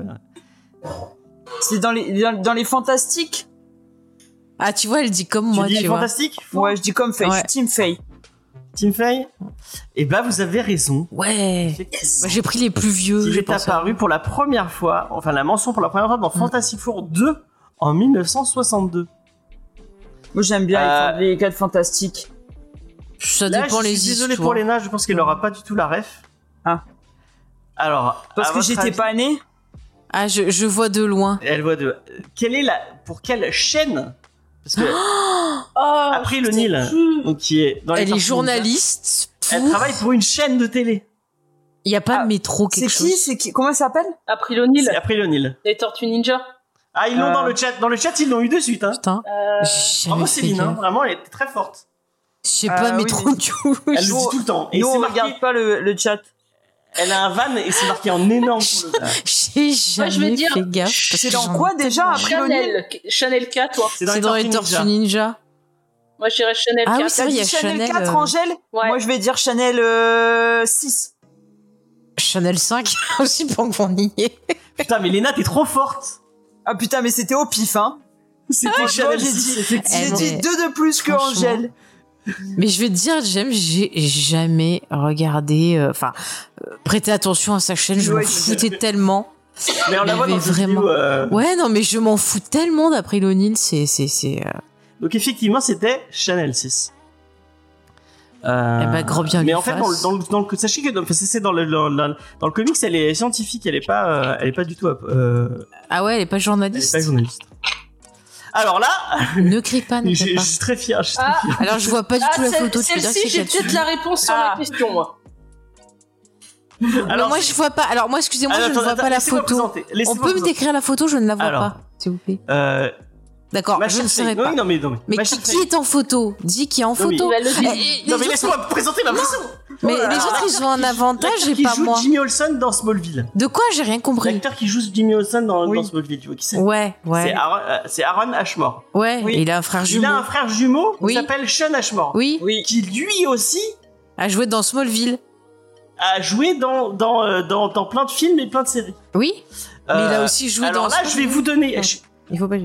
C'est dans les, dans, dans les fantastiques? Ah, tu vois, elle dit comme Tu moi, dis tu vois. fantastique? Ouais, je dis comme Faye, Ouais. je suis Team Faye. Team Faye? Eh ben, vous avez raison. Ouais. Bah, j'ai pris les plus vieux. Il j'ai est pensé. apparu pour la première fois, enfin la mention pour la première fois dans Fantastic Four deux en mille neuf cent soixante-deux. Moi, j'aime bien Euh, les fan- les quatre fantastiques. Ça Là, dépend je les suis désolé histoires. pour Léna, je pense qu'elle n'aura pas du tout la ref. Ah. Alors, Parce à que votre j'étais avis, pas née. Ah, je, je vois de loin. Elle voit de. Quelle est la. Pour quelle chaîne? Parce que. Oh, Après le je sais Nil, plus. donc qui est dans les Elle est Tortues Ninja, journaliste. Elle pour- travaille pour une chaîne de télé. Il y a pas Ah, métro C'est quelque chose. qui? C'est qui? Comment elle s'appelle? April O'Neil, C'est après le Nil. les Tortues Ninja. Ah, ils l'ont Euh. dans le chat. Dans le chat, ils l'ont eu de suite. Hein. Putain. Euh, J'ai Bravo jamais fait Céline, hein. gaffe. Vraiment, elle était très forte. Je sais Euh, pas oui, métro mais- du Elle le dit Nous- tout le temps. Et Nous, c'est on marqué. regarde pas le, le chat. Elle a un van et c'est marqué en énorme sur le van. J'ai jamais je vais dire, fait gaffe. parce C'est que dans j'en quoi ai déjà, tellement- April O'Neil? Chanel, Chanel K, toi. C'est C'est dans les Tortues Ninja. Moi, je dirais Chanel Ah K. oui, c'est T'as vrai, il y dit a Chanel, Chanel, quatre, euh, Angèle? Ouais. Moi, je vais dire Chanel euh, six. Chanel cinq aussi pour qu'on y est. Putain, mais Léna, t'es trop forte. Ah putain, mais c'était au pif, hein. C'était Franchement, Chanel j'ai six, dit- effectivement. J'ai Eh, dit mais- deux de plus que franchement. Angèle. Mais je vais te dire, James, j'ai jamais regardé, euh, enfin, euh, prêté attention à sa chaîne. Je Ouais, m'en je- foutais tellement. Mais on la Il y voit dans avait cette vraiment- vidéo, euh, Ouais, non, mais je m'en fous tellement d'April O'Neil. C'est, c'est, c'est. euh, Donc effectivement, c'était Chanel six. Euh, Eh ben, grand bien mais lui en fait, dans le, fasse. dans le, dans le- sachez que enfin, c'est c'est dans le, dans, le- dans le comics, elle est scientifique, elle est pas, euh, elle est pas du tout, euh, Ah ouais, elle est pas elle est journaliste. pas journaliste. Alors là, Ne crie pas, ne je, crie je pas. suis très fier. Je suis Ah, très fier. Alors je vois pas du Ah, tout la celle- photo. Tu peux dire que celle-ci, c'est j'ai peut-être là-dessus. la réponse sur Ah. la question, moi. Alors Alors, moi c'est- je vois pas. Alors moi excusez-moi, Alors, je ne attends, vois attends, pas la laissez-moi photo. présenter, On laissez-moi peut me présenter. décrire la photo, je ne la vois Alors. pas, s'il vous plaît. Euh, D'accord, ma je chère ne Faye, saurais non, pas. non, mais non, mais, Mais ma qui, chère qui Faye. est en photo? Dis qui est en Non, mais- photo. Il va le dire. Eh, Non, les mais autres- laisse-moi présenter ma maison. Mais Oh là les là. autres ils ont un avantage L'acteur et qui pas joue moi. Jimmy Olsen dans Smallville. De quoi? J'ai rien compris. L'acteur qui joue Jimmy Olsen dans, Oui. dans Smallville, tu vois qui c'est? Ouais, C'est ouais, Aaron, euh, c'est Aaron Ashmore. ouais. Oui. Et il a un frère Il jumeau. a un frère jumeau Oui. qui s'appelle Sean Ashmore. Oui, Oui. Qui lui aussi a joué dans Smallville. a joué dans, dans, euh, dans, dans plein de films et plein de séries. Oui, mais il a Euh, aussi joué alors dans. là, je vais Smallville. vous donner, Ah. je, Il faut pas.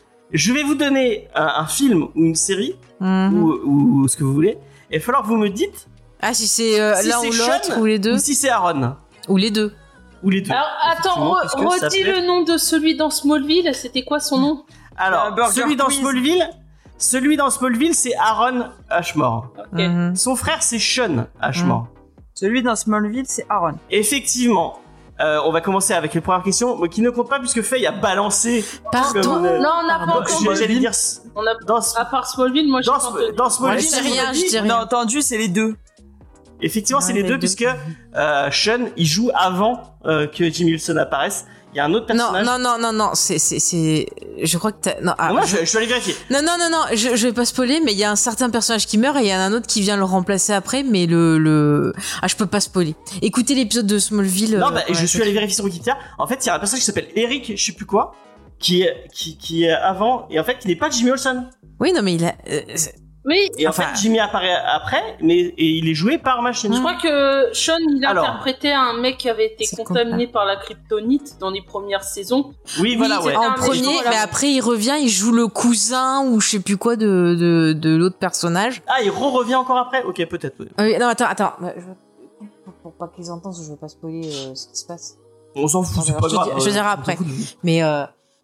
je vais vous donner un, un film ou une série Mhm. ou, ou ce que vous voulez. Et il va falloir que vous me dites Ah si c'est euh, si l'un c'est ou l'autre Sean ou les deux ou si c'est Aaron ou les deux. ou les deux. Alors, attends, re- Effectivement, puisque ça redis s'appelait- le nom de celui dans Smallville. C'était quoi son nom? Alors, un burger celui dans quiz. Smallville, celui dans Smallville, c'est Aaron Ashmore. Ok. Mhm. Son frère, c'est Sean Ashmore. Celui dans Smallville, c'est Aaron. Effectivement. Euh, on va commencer avec les premières questions, mais qui ne comptent pas puisque Faye a balancé. Pardon. Comme, euh, Non, on n'a pas Pardon. encore. J'allais Smallville. dire On a... dans, À part Smallville, moi j'ai dans, pas entendu. dans Moi, Smallville. je dis on a rien, dit- je dis On rien. a entendu, c'est les deux. Effectivement, c'est Ouais, les les deux, deux. puisque euh, Sean, il joue avant euh, que Jimmy Olsen apparaisse. Il y a un autre Non, personnage. non, non, non, non, c'est, c'est, c'est, je crois que t'as, non, ah, Non, moi, je- je, je vais aller vérifier. non, non, non, non, je, je vais pas spoiler, mais il y a un certain personnage qui meurt et il y en a un autre qui vient le remplacer après, mais le, le, ah, je peux pas spoiler. Écoutez l'épisode de Smallville. Non, euh, bah, ouais, je suis allé vérifier sur Wikipédia. En fait, il y a un personnage qui s'appelle Eric, je sais plus quoi, qui est, qui, qui est avant, et en fait, qui n'est pas Jimmy Olsen. Oui, non, mais il a, euh, c'est- Oui, Et Enfin- en fait, Jimmy apparaît après, mais et il est joué par Machine. je crois que Sean, il Alors. interprétait un mec qui avait été C'est contaminé par la kryptonite dans les premières saisons. Oui, voilà, Oui, ouais. c'est en un premier, méchant, voilà. mais après il revient, il joue le cousin ou je sais plus quoi de, de, de l'autre personnage. Ah, il re-revient encore après. Ok, peut-être. ouais. Euh, non, attends, attends, euh, je- pour, pour pas qu'ils entendent, je veux pas spoiler euh, ce qui se passe. On s'en fout, Je c'est pas te grave. dis- je te dirai euh, après. on s'en fout. Mais euh,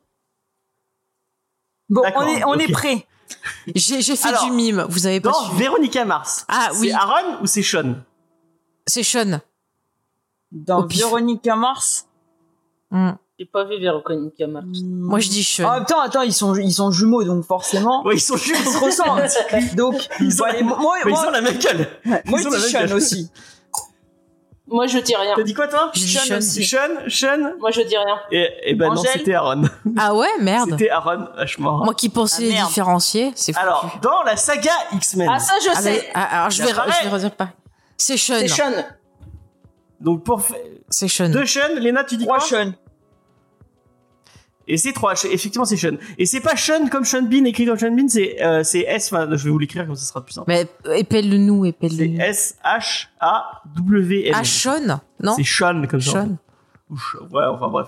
Bon, D'accord, on est, on ok. est prêt. j'ai, j'ai fait Alors, du mime, vous avez pas Dans suivi. Véronica Mars. Ah, oui. C'est Aaron ou c'est Sean? C'est Sean. Dans Au pif. Véronica Mars, Hmm. J'ai pas vu Veronica Mars. Moi, je dis Sean. En même temps, attends, ils sont, ils sont jumeaux, donc forcément, Ouais, ils sont ils juste. se ressemblent. Donc, Ils ont, ouais, la... moi, mais moi, ils ont la même gueule. moi, ils je ont la dis même Sean gueule. aussi. Moi, je dis rien. T'as dit quoi, toi? Je dis Sean Sean. aussi. Sean, Sean. Moi, je dis rien. Et, et ben non, Angèle. c'était Aaron. Ah ouais, merde. C'était Aaron, vachement. Moi qui pensais Ah, les merde. différencier, c'est fou. Alors, dans la saga X-Men. Ah, ça, je Ah, sais. mais- ah, alors je Il vais, apparaît. je vais redire pas. C'est Sean. C'est Sean. Donc, pour fa- C'est Sean. deux Sean, Léna, tu dis Trois quoi? Sean. Et c'est trois, effectivement, c'est Sean. Et c'est pas Sean comme Sean Bean, écrit comme Sean Bean, c'est euh, c'est S, enfin, je vais vous l'écrire comme ça sera plus simple. Mais épelle-le-nous, C'est épelle-le-nous. S H A W N. Ah, Sean. Non. C'est Sean comme ça. Sean. Ou Sh- Ouais, enfin bref.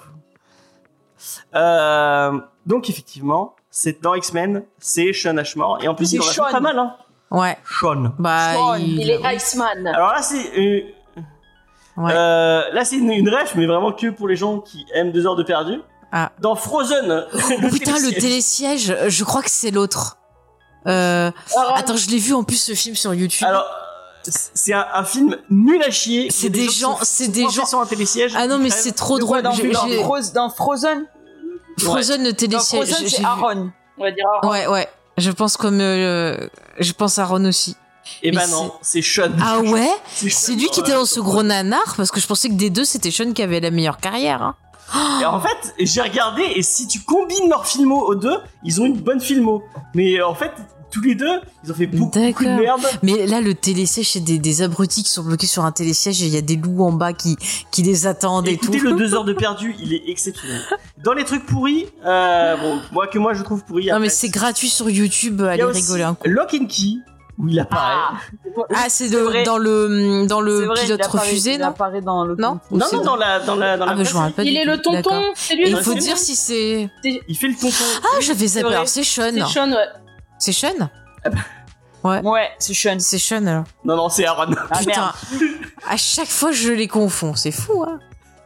Euh, donc effectivement, c'est dans X-Men, c'est Sean Ashmore. Et en plus, C'est il en a fait Sean. pas mal, hein. Ouais. Sean. Bah, Sean, il... Il est Iceman. Alors là, c'est euh, Ouais. euh, là, c'est une, une ref, mais vraiment que pour les gens qui aiment deux heures de perdu. Ah. Dans Frozen. Oh, putain, le télésiège, euh, je crois que c'est l'autre. Euh... Aaron. Attends, je l'ai vu en plus ce film sur YouTube. Alors, c'est un, un film nul à chier. C'est Il y a des qui gens- sont- c'est sont des coincés gens- sur un télésiège. Ah non, qui mais crèvent. c'est trop De quoi, drôle. dans, J'ai- dans, j'ai- Frozen- dans Frozen Frozen, le Dans télésiège. Frozen, j'ai- c'est j'ai vu. Aaron. On va dire Aaron. Ouais, ouais. Je pense comme. euh, Je pense à Ron aussi. Et Mais ben non, c'est Sean. Ah ouais? C'est C'est Sean lui qui dans était la- dans ce gros nanar parce que je pensais que des deux c'était Sean qui avait la meilleure carrière. Hein. Et en fait, j'ai regardé et si tu combines leurs filmos aux deux, ils ont une bonne filmo. Mais euh, en fait, tous les deux, ils ont fait beaucoup, beaucoup de D'accord. merde. Mais là, le télésiège, c'est des, des abrutis qui sont bloqués sur un télésiège et il y a des loups en bas qui, qui les attendent et Écoutez, tout. le deux heures de perdu, il est exceptionnel. Dans les trucs pourris, euh, bon, moi que moi je trouve pourri. Non, après, mais c'est gratuit sur YouTube, Il y allez a aussi rigoler un coup. Lock and Key, où il apparaît. Ah, c'est c'est de- vrai. dans le, dans C'est le vrai, pilote il apparaît- refusé, il non? apparaît dans le Non? film. Non, C'est- non, dans la, dans la, dans la Ah, bah, je presse, me rappelle pas Il du est tout. le tonton. D'accord. C'est lui Et le il faut tonton. dire si c'est. il fait le tonton. Ah, j'avais zappé. vrai. Alors, c'est Sean. C'est Sean, ouais. C'est Sean? Ouais, c'est Sean. C'est Sean, alors. Non, non, c'est Aaron. Ah Putain. merde. À chaque fois, je les confonds. C'est fou, hein.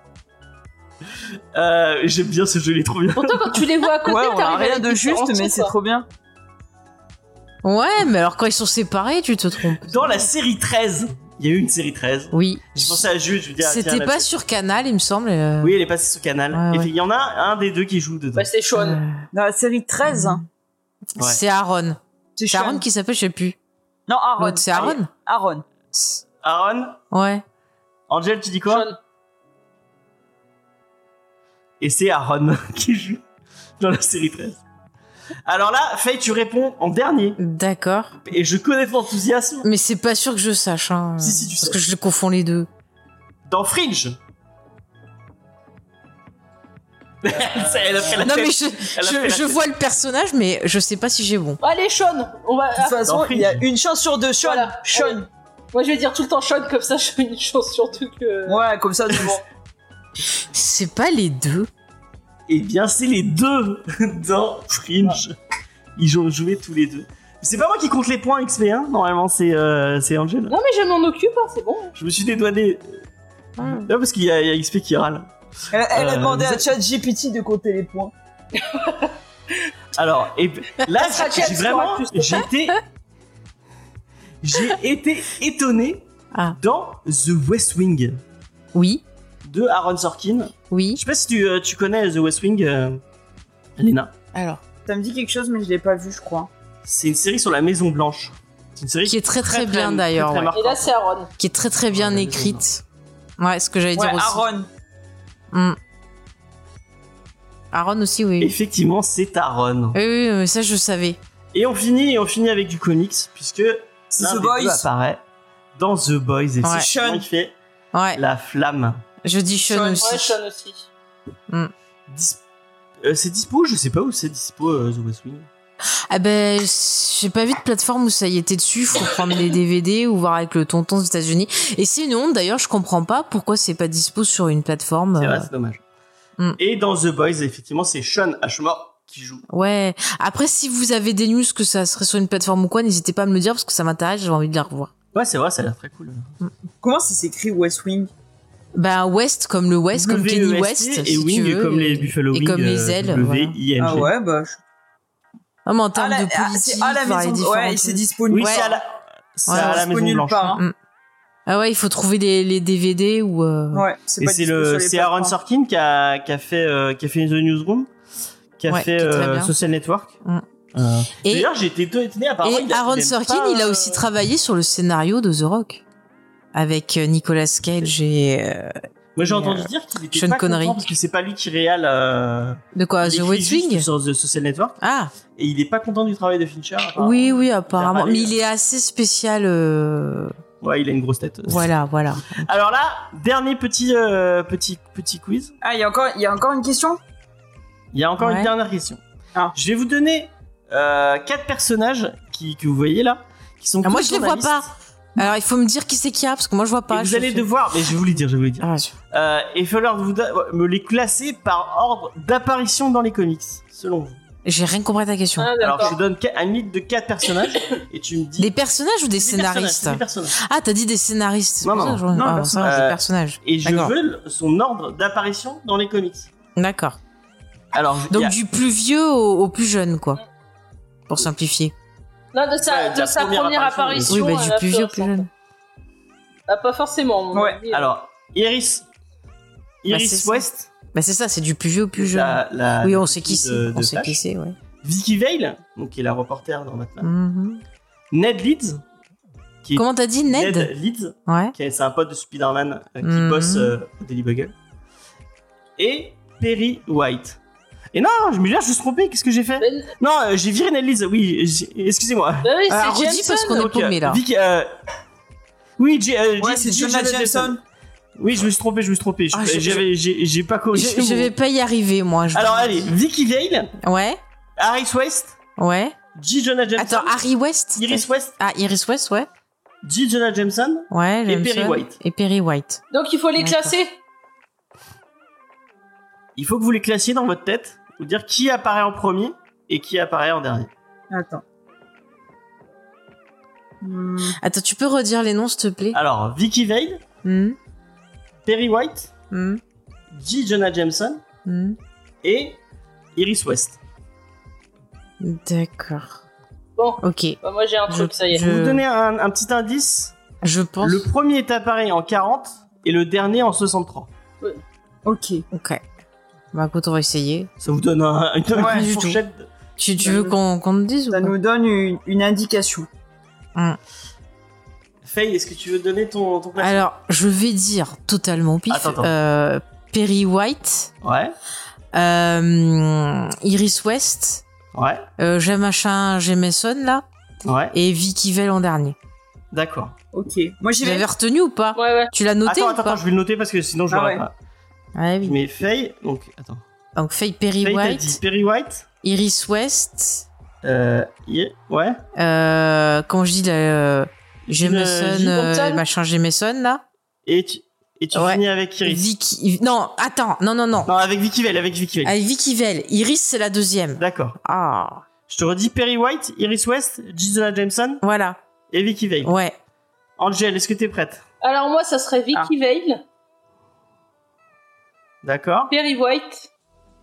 Euh, j'aime bien ce jeu, il est trop bien. Pourtant, quand tu les vois à côté, Ouais, on a t'arrives à rien les de juste, différencier, mais c'est quoi. trop bien. Ouais, mais alors quand ils sont séparés, tu te trompes. Dans la série treize, il y a eu une série treize. Oui. J'ai pensé à Jules, je lui dis, ah, tiens, C'était là, pas c'est- sur Canal, il me semble. euh. Oui, elle est passée sur Canal. Ouais, Et ouais. il y en a un des deux qui joue dedans. Bah, c'est Sean. Euh, Dans la série treize, Ouais. C'est Aaron. c'est C'est Sean. Aaron qui s'appelle, je sais plus. Non, Aaron. L'autre, c'est Aaron. Aaron. Aaron, Ouais. Angel, tu dis quoi? Sean. Et c'est Aaron qui joue dans la série treize. Alors là, Faye, tu réponds en dernier. D'accord. Et je connais ton enthousiasme. Mais c'est pas sûr que je sache, hein. Si, si, tu Parce sais. que je confonds les deux. Dans Fringe. Elle a fait la Non, tête. mais je, Elle a fait je, la je tête. vois le personnage, mais je sais pas si j'ai bon. Allez, Sean. On va. De toute façon, Dans il y a Fringe. une chance sur deux. Sean. Voilà. Sean. Moi, je vais dire tout le temps Sean, comme ça, j'ai une chance sur deux que. Ouais, comme ça, c'est bon. C'est pas les deux. Eh bien, c'est les deux dans Fringe. Ils ont joué tous les deux. C'est pas moi qui compte les points X P, hein. Normalement, c'est euh, c'est Angel. Non, mais je m'en occupe, hein, c'est bon. Je me suis dédouané. Hmm. Non, parce qu'il y, a il y a X P qui râle. Elle, elle a Euh, demandé vous à êtes- ChatGPT de compter les points. Alors, et là, Ça sera j'ai James vraiment, Bond, plus. j'ai été, j'ai été étonné Ah. dans The West Wing Oui. de Aaron Sorkin. Oui. Je sais pas si tu, euh, tu connais The West Wing, euh, Léna. Alors. Ça me dit quelque chose, mais je l'ai pas vu, je crois. C'est une série sur la Maison Blanche. C'est une série Qui est très très bien, d'ailleurs, très, très ouais. marquante. Et là, c'est Aaron. Qui est très très bien Ouais, écrite. Ouais, ce que j'allais Ouais, dire aussi. Aaron. Hmm. Aaron aussi, oui. Effectivement, c'est Aaron. Oui, oui, mais ça je savais. Et on finit, et on finit avec du comics, puisque C'est l'un The des Boys. deux apparaît dans The Boys, et Ouais. c'est Sean qui fait Ouais. la flamme. Je dis Sean, Sean, aussi. Ouais, Sean aussi. Dis- euh, c'est dispo, je sais pas où c'est dispo, euh, The West Wing. Ah ben, j'ai pas vu de plateforme où ça y était dessus. Faut prendre les D V D ou voir avec le tonton aux États-Unis. Et c'est une honte. D'ailleurs, je comprends pas pourquoi c'est pas dispo sur une plateforme. C'est euh, vrai, c'est dommage. Hmm. Et dans The Boys, effectivement, c'est Sean Ashmore qui joue. Ouais. Après, si vous avez des news que ça serait sur une plateforme ou quoi, n'hésitez pas à me le dire parce que ça m'intéresse. J'ai envie de la revoir. Ouais, c'est vrai, ça a l'air très cool. Comment ça s'écrit West Wing? Ben West comme le West, comme W E Kenny S T West, et si Wing tu veux, comme les et- Buffalo et Wings. comme les euh, ailes, W I M G. Ah ouais, bah. je- Ah, mais en termes Ah, la- de ah, politique, c'est à la voir les maison. différents Ouais, c'est trucs. disponible. Oui, Ouais. c'est à la, c'est Ouais, à la dispo Maison nulle Blanche. part, hein. Mm. Ah ouais, il faut trouver des, les D V D ou. Euh... Ouais, c'est Et pas c'est dispo sur le, les c'est Aaron plateformes. Sorkin qui a, qui a fait, euh, qui a fait The Newsroom, qui a Ouais, fait qui est très euh, bien. Social Network. Mm. Euh, Et, D'ailleurs, j'ai été étonné apparemment. et il a- Aaron il aime Sorkin, pas, il a euh, aussi travaillé sur le scénario de The Rock. Avec euh, Nicolas Cage et. Euh... Moi, j'ai et, entendu euh, dire qu'il était Sean pas Connery. content parce que c'est pas lui qui réal. Euh, De quoi il The écrit West juste Wing sur The Social Network Ah et il est pas content du travail de Fincher. apparemment. oui, oui, apparemment. parlé, Mais il là. est assez spécial. Euh... Ouais, il a une grosse tête. Voilà, voilà. Alors là, dernier petit, euh, petit, petit quiz. Ah, il y a encore, il y a encore une question. Il y a encore Ouais. une dernière question. Ah. Je vais vous donner euh, quatre personnages qui, que vous voyez là, qui sont. Ah, moi, tous je les dans vois la pas. liste. Alors, il faut me dire qui c'est qui a, parce que moi, je vois pas. Et vous je allez fais- devoir, mais je vais vous les dire, je vais vous les dire. Ah, je- Euh, et il va falloir vous da- me les classer par ordre d'apparition dans les comics, selon vous. J'ai rien compris à ta question. Ah, Alors je d'accord. vous donne qua- un mythe de quatre personnages et tu me dis. Des personnages ou des, Des personnages, scénaristes c'est des personnages. Ah, t'as dit des scénaristes. c'est Non, pour non, ça que je- non, ah, personne- ça, euh, des personnages. Et je D'accord. veux le- son ordre d'apparition dans les comics. D'accord. Alors, je- il Donc y a- du plus vieux au, au plus jeune, quoi. Pour simplifier. Non, de sa, Ouais, de la sa première première apparition, apparition. Oui, bah à du la plus vieux au plus récente. jeune. Ah, pas forcément. mon Ouais. avis. alors Iris, Iris c'est ça. West, Bah c'est ça, c'est du plus vieux au plus jeune. la, la- Oui, la on sait qui petite c'est. de- On de sait Flash. qui c'est, ouais. Vicky Vale, donc qui est la reporter dans Batman. Mhm. Ned Leeds, qui est Comment t'as dit, Ned, Leeds, Ouais. qui est c'est un pote de Spider-Man euh, qui Mhm. bosse euh, au Daily Bugle. Et Perry White. Et non, je me dis, je me suis trompé, qu'est-ce que j'ai fait Ben- Non, euh, j'ai viré Ned Leeds, oui, j'ai- excusez-moi. Bah oui, Ah, c'est redis Jameson. parce qu'on est Donc, euh, paumé là. Vicky, euh, oui, J- euh, Ouais, J- c'est J- Jonah Jonah Jameson. Oui, je me suis trompé, je me suis trompé. Je- Ah, je- j'avais- J'ai j'ai pas corrigé. Je, je mon- vais pas y arriver, moi. je- Alors allez, Vicky Vale, Ouais, Harris West, ouais. J. Jonah Jameson, Attends, Harry West Iris West, Ah, Iris West, ouais. J. Jonah Jameson. Ouais, Et Jameson. Perry White. Et Perry White. Donc il faut les D'accord. classer. Il faut que vous les classiez dans votre tête, vous dire qui apparaît en premier et qui apparaît en dernier. Attends. Hmm. Attends, tu peux redire les noms, s'il te plaît Alors, Vicky Vale, Hmm, Perry White, hmm, J. Jonah Jameson hmm. et Iris West. D'accord. Bon. Ok. Bah, moi j'ai un truc, Je- ça y est. Je vais Je- vous donner un, un petit indice. Je pense. Le premier est apparu en quarante et le dernier en soixante-trois. Ok. Ok. Bah écoute, on va essayer. Ça vous donne un, une, Ouais, une du tout. fourchette. Tu, tu Ça veux nous- qu'on qu'on te dise ou Ça pas nous donne une, une indication. Faye, est-ce que tu veux donner ton, ton classement? Alors, je vais dire totalement au pif. Attends, attends. Euh, Perry White, Ouais, euh, Iris West, ouais, euh, j'ai machin, j'ai Mason là, ouais. et Vicky Vale en dernier. D'accord. Ok. Moi j'y Tu vais. l'avais retenu ou pas Ouais, ouais. Tu l'as noté Attends, ou attends, pas attends, je vais le noter parce que sinon je Ah l'aurais ouais. pas. Ouais, Je oui. mets Faye, donc attends. Donc Faye Perry Faye, t'as White, dit Perry White. Iris West, Euh, yeah, ouais. euh, comment je dis là, euh, Jameson, Jim euh, Thompson machin Jameson là. Et tu, et tu Ouais. finis avec Iris. Vicky, non, attends, non, non, non. Non, avec Vicky Vale, avec Vicky Vale. Avec Vicky Vale, Iris c'est la deuxième. D'accord. Ah, Je te redis Perry White, Iris West, J. Jonah Jameson voilà, et Vicky Vale. ouais. Angel, est-ce que t'es prête? Alors moi ça serait Vicky Vale, D'accord. Perry White,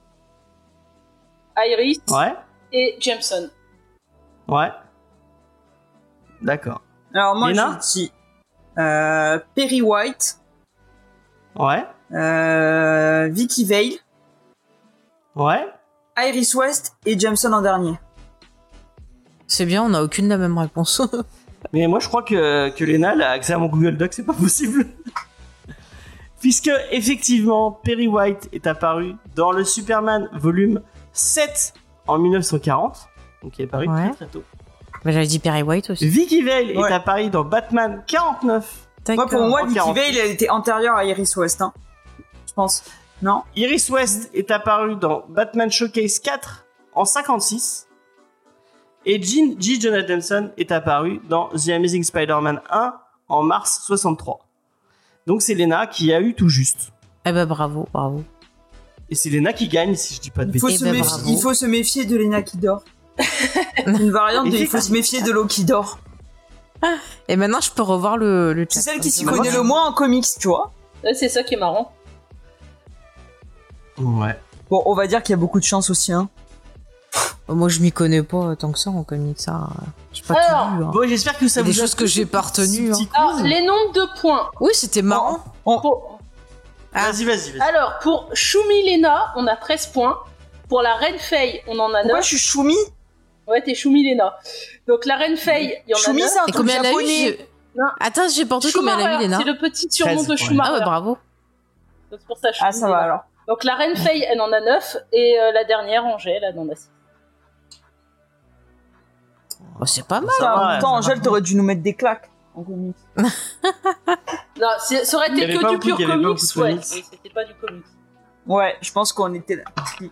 Iris Ouais. et Jameson. Ouais. D'accord. Alors moi Léna j'ai dit euh, Perry White, Ouais. euh, Vicky Vale, Ouais. Iris West et Jameson en dernier. C'est bien, on n'a aucune de la même réponse. Mais moi, je crois que, que Léna elle a accès à mon Google Doc, c'est pas possible. Puisque, effectivement, Perry White est apparu dans le Superman volume sept en mille neuf cent quarante. Donc, il est apparu Ouais. très très tôt. Bah, j'avais dit Perry White aussi. Vicky Vale Ouais. est apparu dans Batman quarante-neuf. Moi pour moi En Vicky quarante. Vale elle était antérieure à Iris West. Hein. Je pense. Non. Iris West est apparu dans Batman Showcase quatre en cinquante-six. Et Jean J. Jonah Jameson est apparu dans The Amazing Spider-Man un en mars soixante-trois. Donc c'est Lena qui a eu tout juste. Eh ben bravo, bravo. Et c'est Lena qui gagne, si je dis pas de Il faut, bêtises. se ben, méfier, bravo. il faut se méfier de Lena qui dort. C'est une variante de il faut se méfier de l'eau qui dort. Et maintenant, je peux revoir le, le chat. C'est celle qui s'y Maintenant, connaît tu- le moins en comics, tu vois. Ouais, c'est ça qui est marrant. Ouais. Bon, on va dire qu'il y a beaucoup de chance aussi, hein. Moi, je m'y connais pas tant que ça en comics, ça. J'ai pas Alors, tout lu. Hein. Bon, j'espère que ça Il y a vous des a choses que plu, j'ai ce pas retenues, petit hein. quiz. Alors, les nombres de points. Oui, c'était marrant. On- Pour- Ah. Vas-y, vas-y, vas-y. Alors, pour Shumi Lena, on a treize points. Pour la Reine Faye, on en a Pourquoi neuf. je suis Choumi? Ouais, t'es Shumi Lena. Donc, la Reine Faye, il y en a Choumi, neuf. c'est un Et truc combien elle a eu japonais. je- Attends, j'ai pas entendu combien elle a eu, Léna. c'est le petit surnom treize, de ouais. Schumacher. Ah ouais, bravo. Donc, c'est pour ça, Ah, Shumi ça va Lena. alors. Donc, la Reine Faye, elle en a neuf. Et euh, la dernière, Angèle, elle en a six. Oh, c'est pas mal. Ça Putain, va, en même temps, ça Angèle, va. t'aurais dû nous mettre des claques en comics. Non, c'est- ça aurait Il y été avait que pas du beaucoup- pur il y avait pas comics, beaucoup de ouais. comics. Mais c'était pas du comics. Ouais, je pense qu'on était là.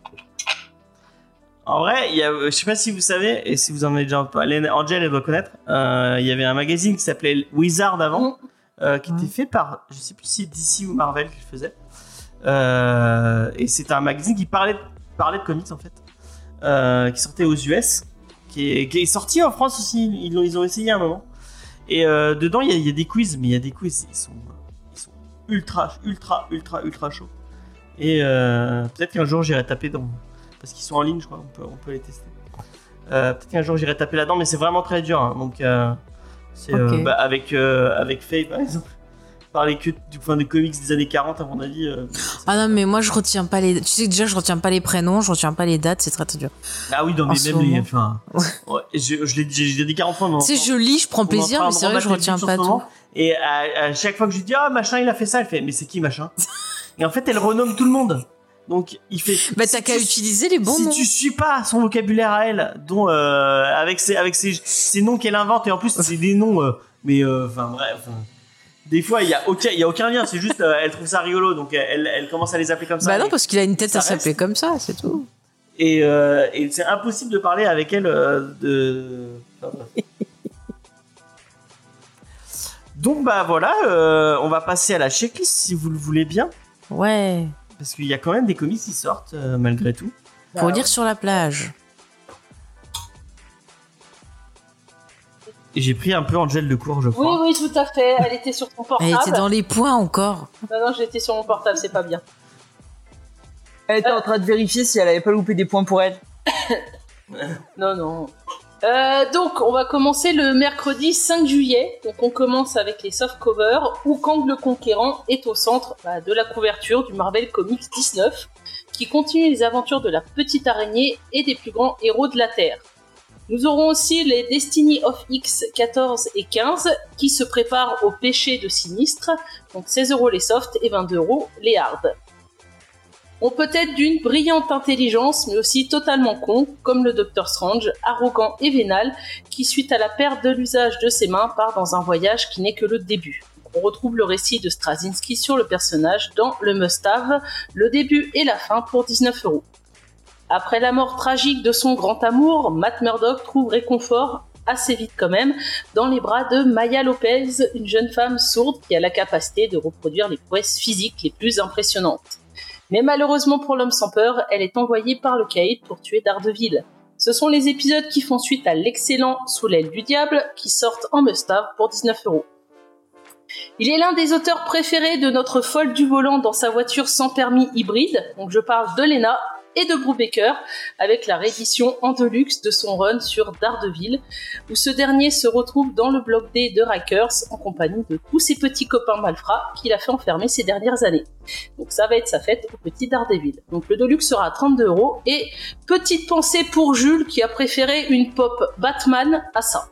En vrai, il y a, je sais pas si vous savez, et si vous en avez déjà parlé, Angel, elle doit connaître, euh, il y avait un magazine qui s'appelait Wizard avant, Mhm. euh, qui était fait par, je sais plus si c'est D C ou Marvel qui le faisait. Euh, et c'était un magazine qui parlait, parlait de comics en fait, euh, qui sortait aux U S, qui est, qui est sorti en France aussi, ils, l'ont- ils ont essayé à un moment. Et euh, dedans, il y, a, il y a des quiz, mais il y a des quiz, ils sont, ils sont ultra, ultra, ultra, ultra chauds. Et euh, peut-être qu'un jour j'irai taper dans. Parce qu'ils sont en ligne, je crois, on peut, on peut les tester. Euh, peut-être qu'un jour j'irai taper là-dedans, mais c'est vraiment très dur. Hein, donc, euh, c'est Ok. euh, bah, avec, euh, avec Faye par exemple. Parler que du point de comics des années quarante, à mon avis. Euh, Ah non, mais moi, je retiens pas les. Tu sais que déjà, je retiens pas les prénoms, je retiens pas les dates, c'est très très dur. ah oui, non, En mais ce même les. moment. Enfin, ouais, je, je l'ai j'ai j'ai dit quarante fois, mais. Tu sais, je lis, je prends on est en plaisir, train mais de c'est vrai que je rebattre les retiens buts en pas ce tout. moment. Et à, à chaque fois que je lui dis, ah machin, il a fait ça, elle fait, mais c'est qui machin? Et en fait, elle renomme tout le monde. Donc, il fait. Bah, si t'as qu'à tu- utiliser les bons si noms. tu suis pas son vocabulaire à elle, dont euh, avec ses avec ses, ses noms qu'elle invente, et en plus c'est des noms, euh, mais enfin bref, enfin, des fois il y a aucun il y a aucun lien, c'est juste euh, elle trouve ça rigolo, donc elle elle commence à les appeler comme ça. Bah non, et, parce qu'il a une tête ça à s'appeler reste. comme ça, c'est tout. et, euh, et c'est impossible de parler avec elle euh, de. Enfin, bref. Donc bah voilà, euh, on va passer à la checklist si vous le voulez bien, Ouais. parce qu'il y a quand même des comics qui sortent euh, malgré tout. Pour lire sur la plage. Et j'ai pris un peu Angèle de court, je Oui, crois. oui, tout à fait. Elle était sur son portable. Elle était dans les points encore. Non, non, j'étais sur mon portable, c'est pas bien. Elle était en train de vérifier si elle avait pas loupé des points pour elle. Non, non. Euh, donc, on va commencer le mercredi cinq juillet. Donc, on commence avec les soft covers où Kang le Conquérant est au centre bah, de la couverture du Marvel Comics dix-neuf, qui continue les aventures de la petite araignée et des plus grands héros de la Terre. Nous aurons aussi les Destiny of X quatorze et quinze qui se préparent au péché de Sinistre, donc seize euros les softs et vingt-deux euros les hard. On peut être d'une brillante intelligence, mais aussi totalement con, comme le Docteur Strange, arrogant et vénal, qui suite à la perte de l'usage de ses mains part dans un voyage qui n'est que le début. On retrouve le récit de Straczynski sur le personnage dans le Must-Have, le début et la fin pour dix-neuf euros. Après la mort tragique de son grand amour, Matt Murdock trouve réconfort, assez vite quand même, dans les bras de Maya Lopez, une jeune femme sourde qui a la capacité de reproduire les prouesses physiques les plus impressionnantes. Mais malheureusement pour l'homme sans peur, elle est envoyée par le Caïd pour tuer Daredevil. Ce sont les épisodes qui font suite à l'excellent Sous l'aile du diable, qui sortent en must-have pour dix-neuf euros. Il est l'un des auteurs préférés de notre folle du volant dans sa voiture sans permis hybride, donc je parle de Lena et de Brubaker, avec la réédition en deluxe de son run sur Daredevil, où ce dernier se retrouve dans le bloc D de Rikers en compagnie de tous ses petits copains malfrats qu'il a fait enfermer ces dernières années. Donc ça va être sa fête au petit Daredevil. Donc le deluxe sera à trente-deux euros, et petite pensée pour Jules qui a préféré une pop Batman à ça.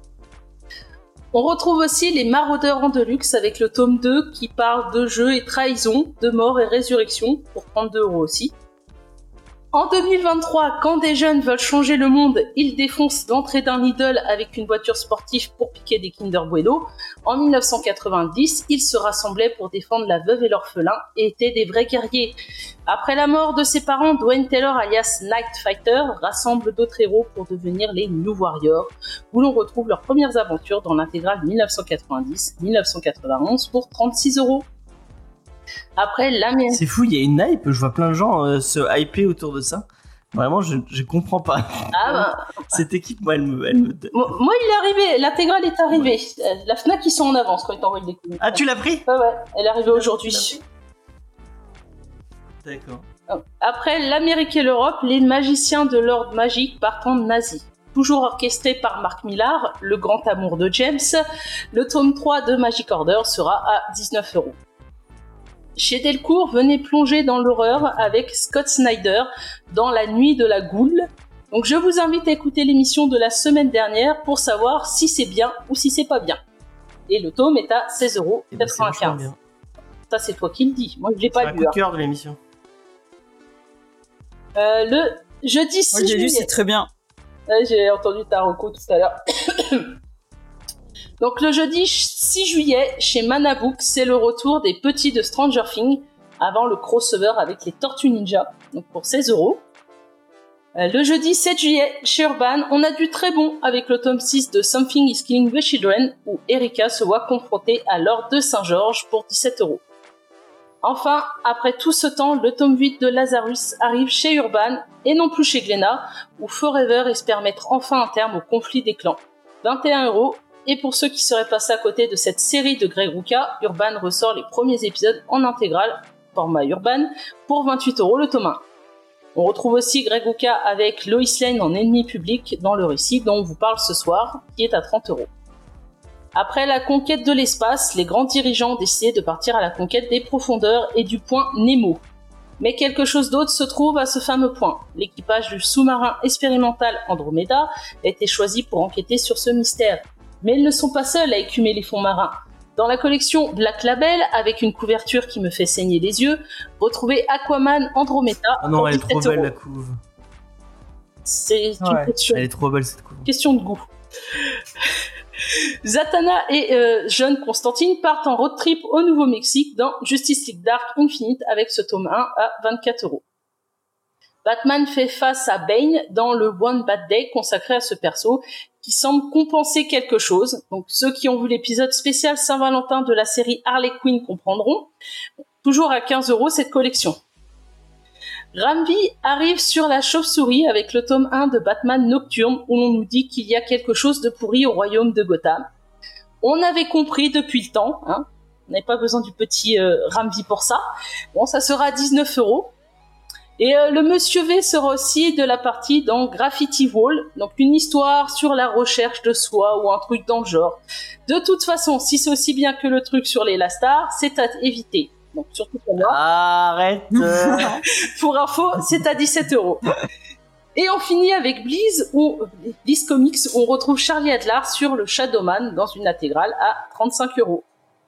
On retrouve aussi les Maraudeurs en deluxe avec le tome deux qui parle de jeux et trahison, de mort et résurrection pour trente-deux euros aussi. En deux mille vingt-trois, quand des jeunes veulent changer le monde, ils défoncent l'entrée d'un Lidl avec une voiture sportive pour piquer des Kinder Bueno. En mille neuf cent quatre-vingt-dix, ils se rassemblaient pour défendre la veuve et l'orphelin et étaient des vrais guerriers. Après la mort de ses parents, Dwayne Taylor alias Night Fighter rassemble d'autres héros pour devenir les New Warriors, où l'on retrouve leurs premières aventures dans l'intégrale mille neuf cent quatre-vingt-dix mille neuf cent quatre-vingt-onze pour trente-six euros. Après l'Amérique. C'est fou, il y a une hype, je vois plein de gens euh, se hyper autour de ça. Vraiment, je, je comprends pas. Ah bah, Cette équipe, moi, elle me. Elle me... moi, moi, il est arrivé, l'intégrale est arrivée. La Fnac, ils sont en avance quand ils t'envoient des comics. Ah, tu l'as pris? Ouais, ouais, elle est arrivée aujourd'hui. D'accord. Après l'Amérique et l'Europe, les magiciens de l'ordre magique partent en Asie. Toujours orchestré par Mark Millar, le grand amour de James, le tome trois de Magic Order sera à dix-neuf euros. Chez Delcourt, venez plonger dans l'horreur avec Scott Snyder dans La Nuit de la Goule. Donc je vous invite à écouter l'émission de la semaine dernière pour savoir si c'est bien ou si c'est pas bien. Et le tome est à seize euros quatre-vingt-quinze. Ben Ça c'est toi qui le dis, moi je l'ai pas lu. C'est un coup de cœur de l'émission. Euh, le jeudi six Moi, j'ai juillet. lu, c'est très bien. Ouais, j'ai entendu ta reco tout à l'heure. Donc le jeudi six juillet, chez Manabook, c'est le retour des petits de Stranger Things, avant le crossover avec les Tortues Ninja, donc pour seize euros. Le jeudi sept juillet, chez Urban, on a du très bon avec le tome six de Something is Killing the Children, où Erika se voit confrontée à l'ordre de Saint-Georges pour dix-sept euros. Enfin, après tout ce temps, le tome huit de Lazarus arrive chez Urban, et non plus chez Glénat, où Forever espère mettre enfin un terme au conflit des clans. vingt et un euros, et pour ceux qui seraient passés à côté de cette série de Greg Rucka, Urban ressort les premiers épisodes en intégrale, format Urban, pour vingt-huit euros le tome un. On retrouve aussi Greg Rucka avec Lois Lane en ennemi public dans le récit dont on vous parle ce soir, qui est à trente euros. Après la conquête de l'espace, les grands dirigeants ont décidé de partir à la conquête des profondeurs et du point Nemo. Mais quelque chose d'autre se trouve à ce fameux point. L'équipage du sous-marin expérimental Andromeda a été choisi pour enquêter sur ce mystère. Mais ils ne sont pas seuls à écumer les fonds marins. Dans la collection Black Label, avec une couverture qui me fait saigner les yeux, retrouvez Aquaman Andromeda. Ah non, elle est trop belle euros. la couve. C'est une Ouais. question, Elle est trop belle cette couve. question de goût. Zatanna et euh, jeune Constantine partent en road trip au Nouveau-Mexique dans Justice League Dark Infinite avec ce tome un à vingt-quatre euros. Batman fait face à Bane dans le One Bad Day consacré à ce perso qui semble compenser quelque chose. Donc ceux qui ont vu l'épisode spécial Saint-Valentin de la série Harley Quinn comprendront. Toujours à quinze euros cette collection. Ramvi arrive sur la chauve-souris avec le tome un de Batman Nocturne où l'on nous dit qu'il y a quelque chose de pourri au royaume de Gotham. On avait compris depuis le temps, hein. On n'avait pas besoin du petit euh, Ramvi pour ça. Bon, ça sera à dix-neuf euros. Et euh, le Monsieur V sera aussi de la partie dans Graffiti Wall, donc une histoire sur la recherche de soi ou un truc dans le genre. De toute façon, si c'est aussi bien que le truc sur les Lastars, c'est à éviter. Donc surtout pour moi. Arrête. euh. Pour info, c'est à dix-sept euros. Et on finit avec Bliss, où, Bliss Comics, où on retrouve Charlie Adler sur le Shadowman dans une intégrale à trente-cinq euros.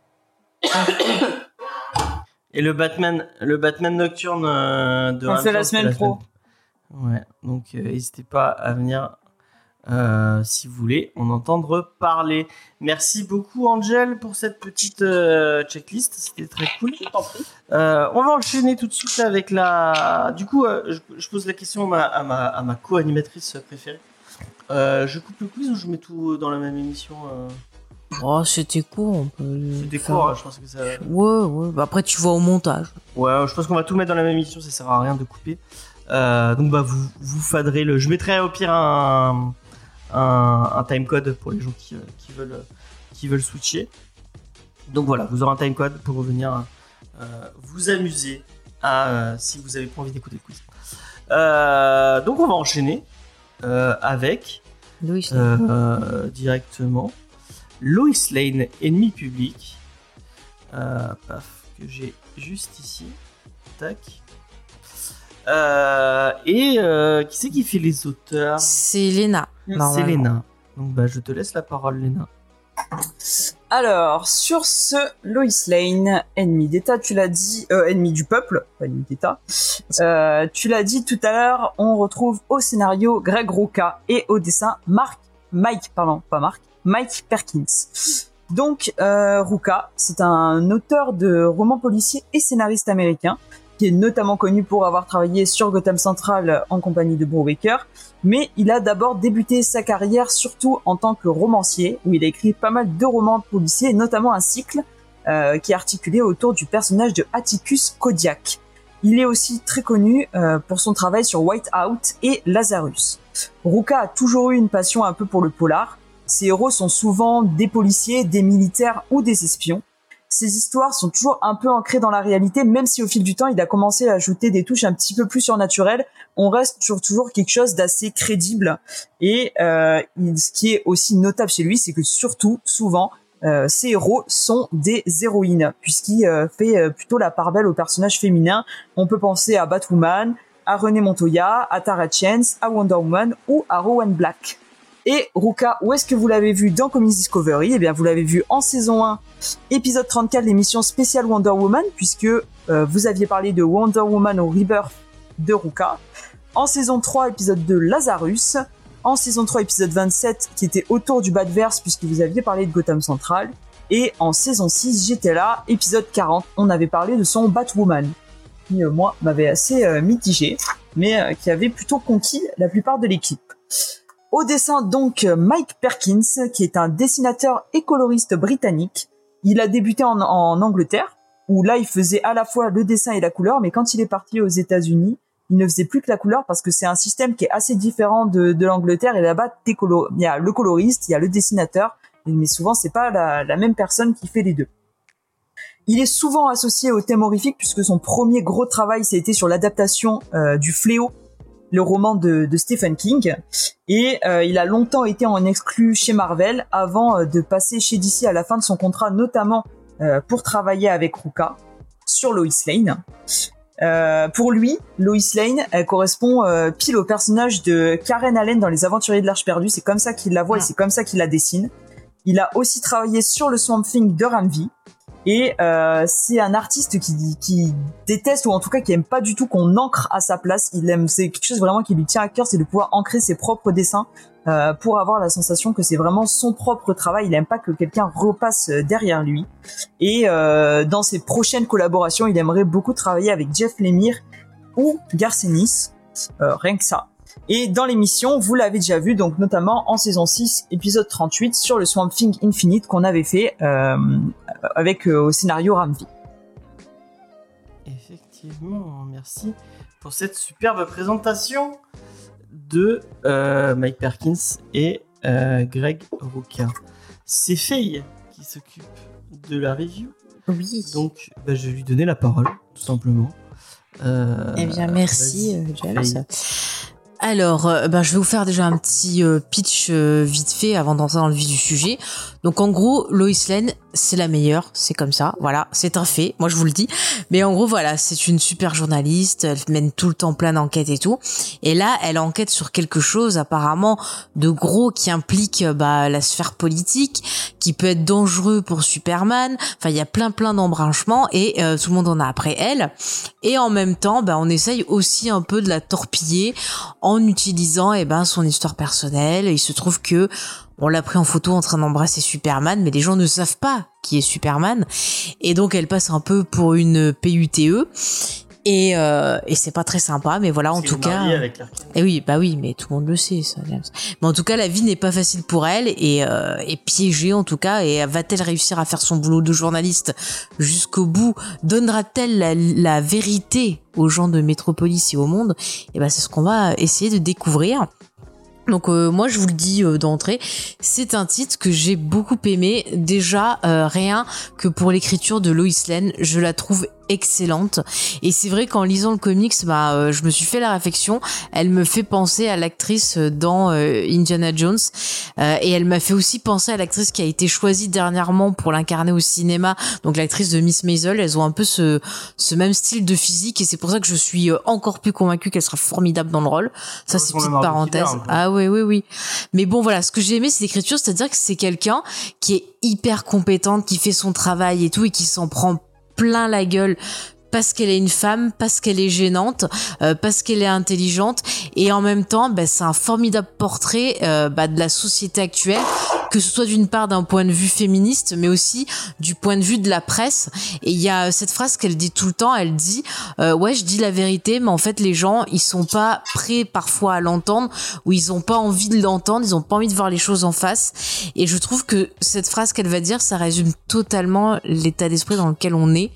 Et le Batman, le Batman Nocturne euh, de On Ramsey, fait la semaine pro. semaine- Ouais, donc euh, n'hésitez pas à venir euh, si vous voulez en entendre parler. Merci beaucoup Angel pour cette petite euh, checklist, c'était très cool. Je t'en prie. Euh, on va enchaîner tout de suite avec la. Du coup, euh, je, je pose la question à ma, à ma, à ma co-animatrice préférée. Euh, je coupe le quiz ou je mets tout dans la même émission euh... Oh, c'était court, on peut. le C'était faire. court, hein, je pense que ça. Ouais, ouais. Bah après, tu vois au montage. Ouais, je pense qu'on va tout mettre dans la même émission, ça sert à rien de couper. Euh, donc bah vous vous faderez le. Je mettrai au pire un un, un timecode pour les gens qui, qui veulent qui veulent switcher. Donc voilà, vous aurez un timecode pour revenir euh, vous amuser à euh, si vous avez pas envie d'écouter le quiz. Euh, donc on va enchaîner euh, avec Louis. euh, euh, directement Lois Lane, ennemi public. Euh, paf, que j'ai juste ici. Tac. Euh, et euh, qui c'est qui fait les auteurs? C'est Léna. C'est normalement. Léna. Donc bah je te laisse la parole, Léna. Alors, sur ce, Lois Lane, ennemi d'État, tu l'as dit, euh, ennemi du peuple, pas ennemi d'État. Euh, tu l'as dit tout à l'heure, on retrouve au scénario Greg Rucka et au dessin Mark, Mike, pardon, pas Mark, Mike Perkins. Donc, euh, Rucka, c'est un auteur de romans policiers et scénariste américain, qui est notamment connu pour avoir travaillé sur Gotham Central en compagnie de Brubaker, mais il a d'abord débuté sa carrière surtout en tant que romancier, où il a écrit pas mal de romans policiers, notamment un cycle euh, qui est articulé autour du personnage de Atticus Kodiak. Il est aussi très connu euh, pour son travail sur Whiteout et Lazarus. Rucka a toujours eu une passion un peu pour le polar. Ses héros sont souvent des policiers, des militaires ou des espions. ces histoires sont toujours un peu ancrées dans la réalité, même si au fil du temps, il a commencé à ajouter des touches un petit peu plus surnaturelles. On reste toujours, toujours quelque chose d'assez crédible. Et euh, il, ce qui est aussi notable chez lui, c'est que surtout, souvent, euh, ses héros sont des héroïnes, puisqu'il euh, fait euh, plutôt la part belle aux personnages féminins. On peut penser à Batwoman, à Renée Montoya, à Tara Chance, à Wonder Woman ou à Rowan Black. Et Ruka, où est-ce que vous l'avez vu dans Comics Discovery ? Eh bien, vous l'avez vu en saison un, épisode trente-quatre, l'émission spéciale Wonder Woman, puisque euh, vous aviez parlé de Wonder Woman au Rebirth de Ruka. En saison trois, épisode deux, Lazarus. En saison trois, épisode vingt-sept, qui était autour du Badverse, puisque vous aviez parlé de Gotham Central. Et en saison six, j'étais là, épisode quarante, on avait parlé de son Batwoman, qui, euh, moi, m'avait assez euh, mitigé, mais euh, qui avait plutôt conquis la plupart de l'équipe. Au dessin, donc, Mike Perkins, qui est un dessinateur et coloriste britannique. Il a débuté en, en Angleterre, où là, il faisait à la fois le dessin et la couleur, mais quand il est parti aux États-Unis, il ne faisait plus que la couleur parce que c'est un système qui est assez différent de, de l'Angleterre. Et là-bas, t'es colo- il y a le coloriste, il y a le dessinateur, mais souvent, c'est pas la, la même personne qui fait les deux. Il est souvent associé au thème horrifique, puisque son premier gros travail, c'était sur l'adaptation euh, du Fléau, le roman de, de Stephen King, et euh, il a longtemps été en exclu chez Marvel avant euh, de passer chez D C à la fin de son contrat, notamment euh, pour travailler avec Ruka sur Lois Lane. Euh, pour lui, Lois Lane, elle correspond euh, pile au personnage de Karen Allen dans Les Aventuriers de l'Arche perdue. C'est comme ça qu'il la voit et c'est comme ça qu'il la dessine. Il a aussi travaillé sur le Swamp Thing de Ramvi. Et euh, c'est un artiste qui, qui déteste, ou en tout cas qui aime pas du tout qu'on ancre à sa place. Il aime, c'est quelque chose vraiment qui lui tient à cœur, c'est de pouvoir ancrer ses propres dessins euh, pour avoir la sensation que c'est vraiment son propre travail. Il aime pas que quelqu'un repasse derrière lui. Et euh, dans ses prochaines collaborations, il aimerait beaucoup travailler avec Jeff Lemire ou Garth Ennis, euh, rien que ça. Et dans l'émission, vous l'avez déjà vu, donc notamment en saison six, épisode trente-huit, sur le Swamp Thing Infinite qu'on avait fait euh, avec euh, au scénario Ramvi. Effectivement, merci pour cette superbe présentation de euh, Mike Perkins et euh, Greg Rucka. C'est Faye qui s'occupe de la review. Oui. Donc, bah, je vais lui donner la parole, tout simplement. Euh, eh bien, merci, euh, James. Alors, euh, ben, je vais vous faire déjà un petit euh, pitch euh, vite fait avant d'entrer dans le vif du sujet. Donc, en gros, Lois Lane, c'est la meilleure, c'est comme ça, voilà, c'est un fait, moi je vous le dis. Mais en gros, voilà, c'est une super journaliste, elle mène tout le temps plein d'enquêtes et tout. Et là, elle enquête sur quelque chose apparemment de gros qui implique bah, la sphère politique, qui peut être dangereux pour Superman. Enfin, il y a plein plein d'embranchements et euh, tout le monde en a après elle. Et en même temps, bah, on essaye aussi un peu de la torpiller en utilisant eh ben, son histoire personnelle. Il se trouve que on l'a pris en photo en train d'embrasser Superman, mais les gens ne savent pas qui est Superman. Et donc, elle passe un peu pour une P U T E. Et, euh, et c'est pas très sympa, mais voilà, en tout cas. Avec et oui, bah oui, mais tout le monde le sait, ça. Mais en tout cas, la vie n'est pas facile pour elle et euh, est piégée en tout cas. Et va-t-elle réussir à faire son boulot de journaliste jusqu'au bout? Donnera-t-elle la, la vérité aux gens de Métropolis et au monde? Et ben, c'est ce qu'on va essayer de découvrir. Donc euh, moi je vous le dis euh, d'entrée, c'est un titre que j'ai beaucoup aimé. Déjà euh, rien que pour l'écriture de Lois Lane, je la trouve excellente. Et c'est vrai qu'en lisant le comics, bah euh, je me suis fait la réflexion. Elle me fait penser à l'actrice dans euh, Indiana Jones euh, et elle m'a fait aussi penser à l'actrice qui a été choisie dernièrement pour l'incarner au cinéma. Donc l'actrice de Miss Maisel. Elles ont un peu ce ce même style de physique et c'est pour ça que je suis encore plus convaincue qu'elle sera formidable dans le rôle. Ça, c'est petite parenthèse. Ah oui, oui, oui. Mais bon, voilà, ce que j'ai aimé, c'est l'écriture, c'est-à-dire que c'est quelqu'un qui est hyper compétente, qui fait son travail et tout, et qui s'en prend plein la gueule parce qu'elle est une femme, parce qu'elle est gênante, euh, parce qu'elle est intelligente, et en même temps, bah, c'est un formidable portrait euh, bah, de la société actuelle, que ce soit d'une part d'un point de vue féministe, mais aussi du point de vue de la presse. Et il y a cette phrase qu'elle dit tout le temps, elle dit euh, ouais, je dis la vérité, mais en fait les gens ils sont pas prêts parfois à l'entendre, ou ils ont pas envie de l'entendre, ils ont pas envie de voir les choses en face. Et je trouve que cette phrase qu'elle va dire, ça résume totalement l'état d'esprit dans lequel on est,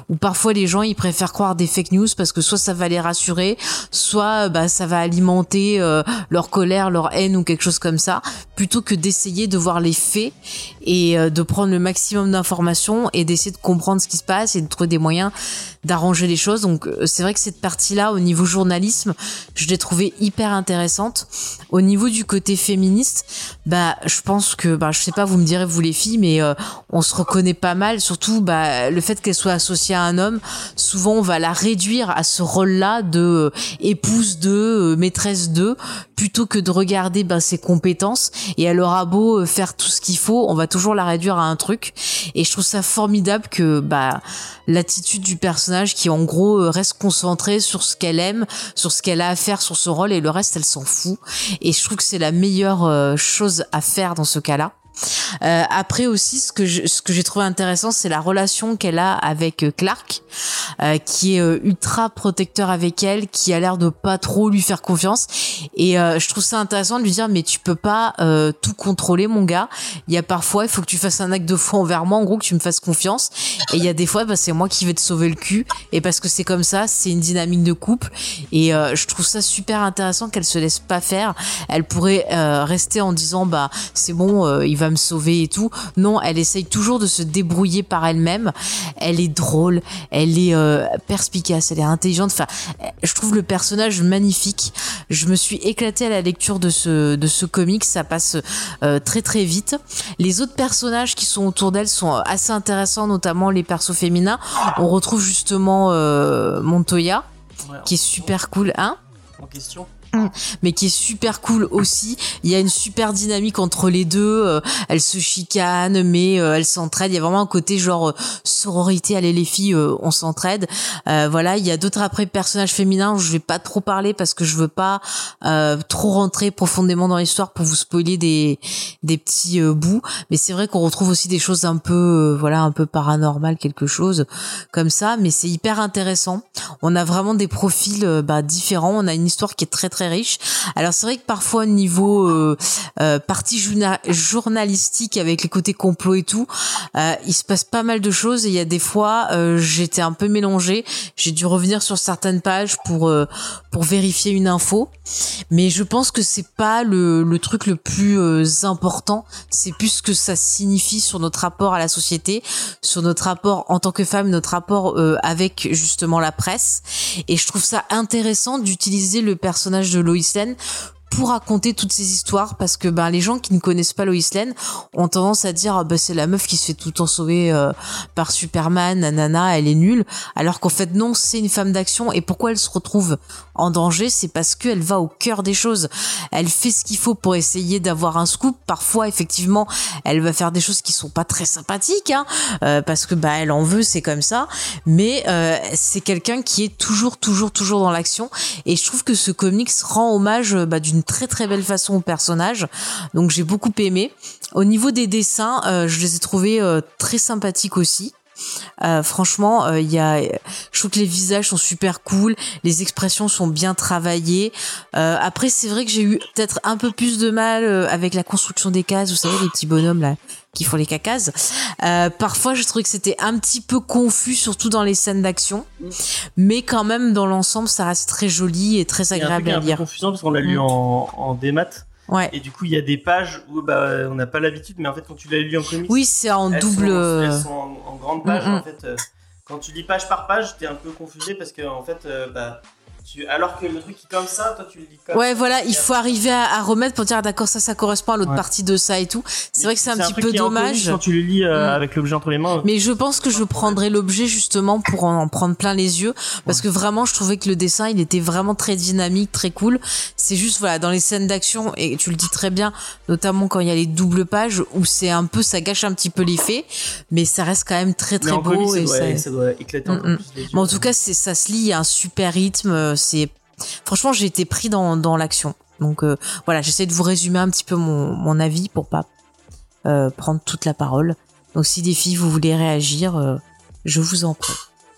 où parfois les gens ils préfèrent croire des fake news parce que soit ça va les rassurer, soit bah ça va alimenter euh, leur colère, leur haine ou quelque chose comme ça, plutôt que d'essayer de voir les faits et euh, de prendre le maximum d'informations et d'essayer de comprendre ce qui se passe et de trouver des moyens d'arranger les choses. Donc euh, c'est vrai que cette partie-là au niveau journalisme, je l'ai trouvée hyper intéressante. Au niveau du côté féministe, bah je pense que bah je sais pas, vous me direz vous les filles, mais euh, on se reconnaît pas mal, surtout bah le fait qu'elle soit associée à un homme, souvent on va la réduire à ce rôle-là de euh, épouse de, euh, maîtresse de, plutôt que de regarder bah ses compétences, et elle aura beau euh, faire tout ce qu'il faut, on va toujours la réduire à un truc. Et je trouve ça formidable que bah l'attitude du personnage qui en gros euh, reste concentrée sur ce qu'elle aime, sur ce qu'elle a à faire sur ce rôle, et le reste elle s'en fout. Et je trouve que c'est la meilleure euh, chose à faire dans ce cas-là. Euh, après aussi, ce que je, ce que j'ai trouvé intéressant, c'est la relation qu'elle a avec euh, Clark, euh, qui est euh, ultra protecteur avec elle, qui a l'air de pas trop lui faire confiance. Et euh, je trouve ça intéressant de lui dire, mais tu peux pas euh, tout contrôler, mon gars. Il y a parfois, il faut que tu fasses un acte de foi envers moi, en gros, que tu me fasses confiance. Et il y a des fois, bah, c'est moi qui vais te sauver le cul. Et parce que c'est comme ça, c'est une dynamique de couple. Et euh, je trouve ça super intéressant qu'elle se laisse pas faire. Elle pourrait euh, rester en disant, bah c'est bon, euh, il va me sauver et tout. Non, elle essaye toujours de se débrouiller par elle-même. Elle est drôle, elle est euh, perspicace, elle est intelligente. Enfin, je trouve le personnage magnifique. Je me suis éclatée à la lecture de ce de ce comic. Ça passe euh, très très vite. Les autres personnages qui sont autour d'elle sont assez intéressants, notamment les persos féminins. On retrouve justement euh, Montoya, Ouais, qui est super cool, hein. En question. Mais qui est super cool aussi. Il y a une super dynamique entre les deux. Euh, elles se chicanent, mais euh, elles s'entraident. Il y a vraiment un côté genre euh, sororité. Allez les filles, euh, on s'entraide. Euh, voilà. Il y a d'autres après personnages féminins où je vais pas trop parler parce que je veux pas euh, trop rentrer profondément dans l'histoire pour vous spoiler des des petits euh, bouts. Mais c'est vrai qu'on retrouve aussi des choses un peu euh, voilà un peu paranormales, quelque chose comme ça. Mais c'est hyper intéressant. On a vraiment des profils euh, bah, différents. On a une histoire qui est très très riche. Alors c'est vrai que parfois au niveau euh, euh, partie journa- journalistique avec les côtés complot et tout, euh, il se passe pas mal de choses et il y a des fois euh, j'étais un peu mélangée. J'ai dû revenir sur certaines pages pour euh, pour vérifier une info. Mais je pense que c'est pas le le truc le plus euh, important. C'est plus ce que ça signifie sur notre rapport à la société, sur notre rapport en tant que femme, notre rapport euh, avec justement la presse. Et je trouve ça intéressant d'utiliser le personnage de Lois Lane pour raconter toutes ces histoires, parce que ben les gens qui ne connaissent pas Lois Lane ont tendance à dire ah, ben c'est la meuf qui se fait tout le temps sauver euh, par Superman, nanana, elle est nulle, alors qu'en fait non, c'est une femme d'action. Et pourquoi elle se retrouve en danger, c'est parce qu'elle va au cœur des choses. Elle fait ce qu'il faut pour essayer d'avoir un scoop. Parfois effectivement elle va faire des choses qui sont pas très sympathiques, hein, euh, parce que bah elle en veut, c'est comme ça, mais euh, c'est quelqu'un qui est toujours toujours toujours dans l'action. Et je trouve que ce comics rend hommage bah, d'une très très belle façon au personnage, donc j'ai beaucoup aimé. Au niveau des dessins, euh, je les ai trouvés euh, très sympathiques aussi. Euh, franchement, il euh, y a, je trouve que les visages sont super cool, les expressions sont bien travaillées. Euh, après, c'est vrai que j'ai eu peut-être un peu plus de mal euh, avec la construction des cases. Vous savez, les petits bonhommes là qui font les cacas. Euh, parfois, je trouvais que c'était un petit peu confus, surtout dans les scènes d'action. Mais quand même, dans l'ensemble, ça reste très joli et très agréable à lire. C'est un peu confusant parce qu'on l'a lu mmh. en, en démat. Ouais. Et du coup, il y a des pages où bah, on n'a pas l'habitude, mais en fait, quand tu l'as lu en comics, oui, c'est en elles double. Sont, elles sont en, en grande page. Mm-hmm. En fait, euh, quand tu lis page par page, t'es un peu confusé parce que en fait, euh, bah, tu... alors que le truc qui est comme ça, toi, tu le lis comme ouais, ça. voilà, il faut arriver à, à remettre pour dire ah, d'accord, ça, ça correspond à l'autre ouais. partie de ça et tout. C'est mais vrai que c'est un, un petit peu dommage quand tu le lis euh, mm. avec l'objet entre les mains. Mais je pense que je prendrai l'objet justement pour en, en prendre plein les yeux, parce ouais. que vraiment, je trouvais que le dessin, il était vraiment très dynamique, très cool. C'est juste voilà, dans les scènes d'action, et tu le dis très bien, notamment quand il y a les doubles pages où c'est un peu, ça gâche un petit peu l'effet, mais ça reste quand même très très beau. Comics, et ça, doit, ça... ça doit éclater un peu plus les yeux. Mais en tout cas, c'est ça se lit, il y a un super rythme, c'est franchement, j'ai été pris dans, dans l'action. Donc euh, voilà, j'essaie de vous résumer un petit peu mon, mon avis pour pas euh, prendre toute la parole. Donc si des filles, vous voulez réagir, euh, je vous en prie.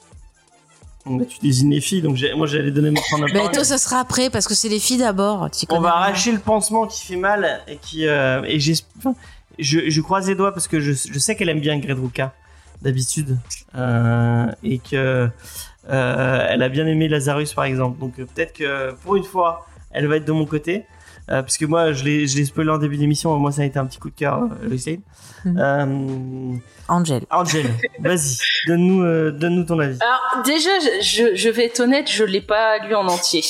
Bah, tu désignes les filles, donc j'ai, moi j'allais donner mon prendre la parole. Bah, toi, ça sera après, parce que c'est les filles d'abord. On va arracher le pansement qui fait mal et qui... Euh, et j'ai, enfin, je, je croise les doigts parce que je, je sais qu'elle aime bien Greg Rucka. d'habitude, euh, et que euh, elle a bien aimé Lazarus par exemple. Donc euh, peut-être que pour une fois, elle va être de mon côté, euh, parce que moi je l'ai, je l'ai spoilé en début d'émission. Moi ça a été un petit coup de cœur, euh, Lois Lane. Mhm. Euh, Angel. Angel, vas-y, donne-nous, euh, donne-nous ton avis. Alors déjà, je, je vais être honnête, je l'ai pas lu en entier.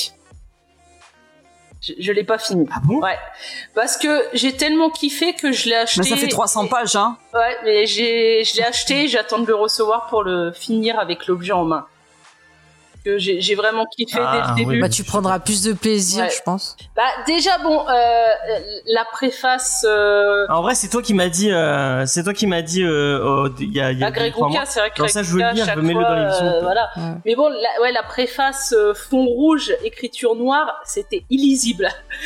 Je, je l'ai pas fini. Ah bon? Ouais, parce que j'ai tellement kiffé que je l'ai acheté. Mais ça fait trois cents pages, hein. Ouais, mais j'ai, je l'ai acheté, j'attends de le recevoir pour le finir avec l'objet en main. Que j'ai, j'ai vraiment kiffé Ah, dès le oui. début. Bah, tu prendras plus de plaisir, Ouais. je pense. Bah déjà bon, euh, la préface. Euh... En vrai, c'est toi qui m'as dit, euh, c'est toi qui m'as dit, euh, oh, il y a, il y a À Greg trois Rucka, mois. c'est vrai que Genre Greg ça, je veux le Rucka, lire, chaque je veux mettre-le fois, dans l'émission. euh, voilà. Ouais. Mais bon, la, ouais, la préface euh, fond rouge, écriture noire, c'était illisible.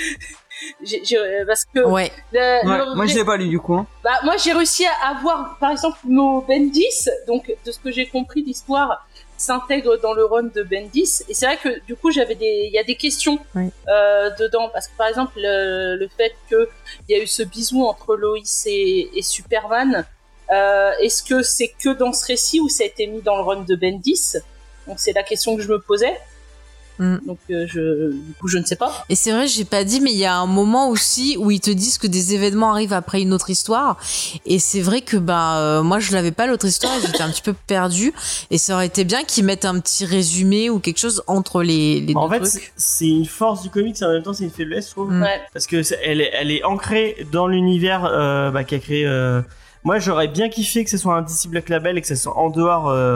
j'ai, j'ai, parce que Ouais. le- Ouais, le- moi je l'ai pas lu du coup. Hein. bah, moi j'ai réussi à avoir, par exemple, nos Bendis. Donc de ce que j'ai compris, l'histoire s'intègre dans le run de Bendis. Et c'est vrai que du coup j'avais des, il y a des questions Oui. euh, dedans, parce que par exemple le, le fait que il y a eu ce bisou entre Lois et, et Superman. Euh, est-ce que c'est que dans ce récit ou ça a été mis dans le run de Bendis? Donc c'est la question que je me posais. Mm. Donc euh, je, du coup je ne sais pas. Et c'est vrai, j'ai pas dit, mais il y a un moment aussi où ils te disent que des événements arrivent après une autre histoire. Et c'est vrai que bah euh, moi je l'avais pas l'autre histoire, et j'étais un petit peu perdue. Et ça aurait été bien qu'ils mettent un petit résumé ou quelque chose entre les, les En deux fait, c'est, trucs. c'est une force du comics et en même temps c'est une faiblesse, je trouve. Mm. Ouais. Parce que c'est- elle est, elle est ancrée dans l'univers euh, bah, qu'a créé. Euh... Moi, j'aurais bien kiffé que ce soit un D C Black Label et que ce soit en dehors euh,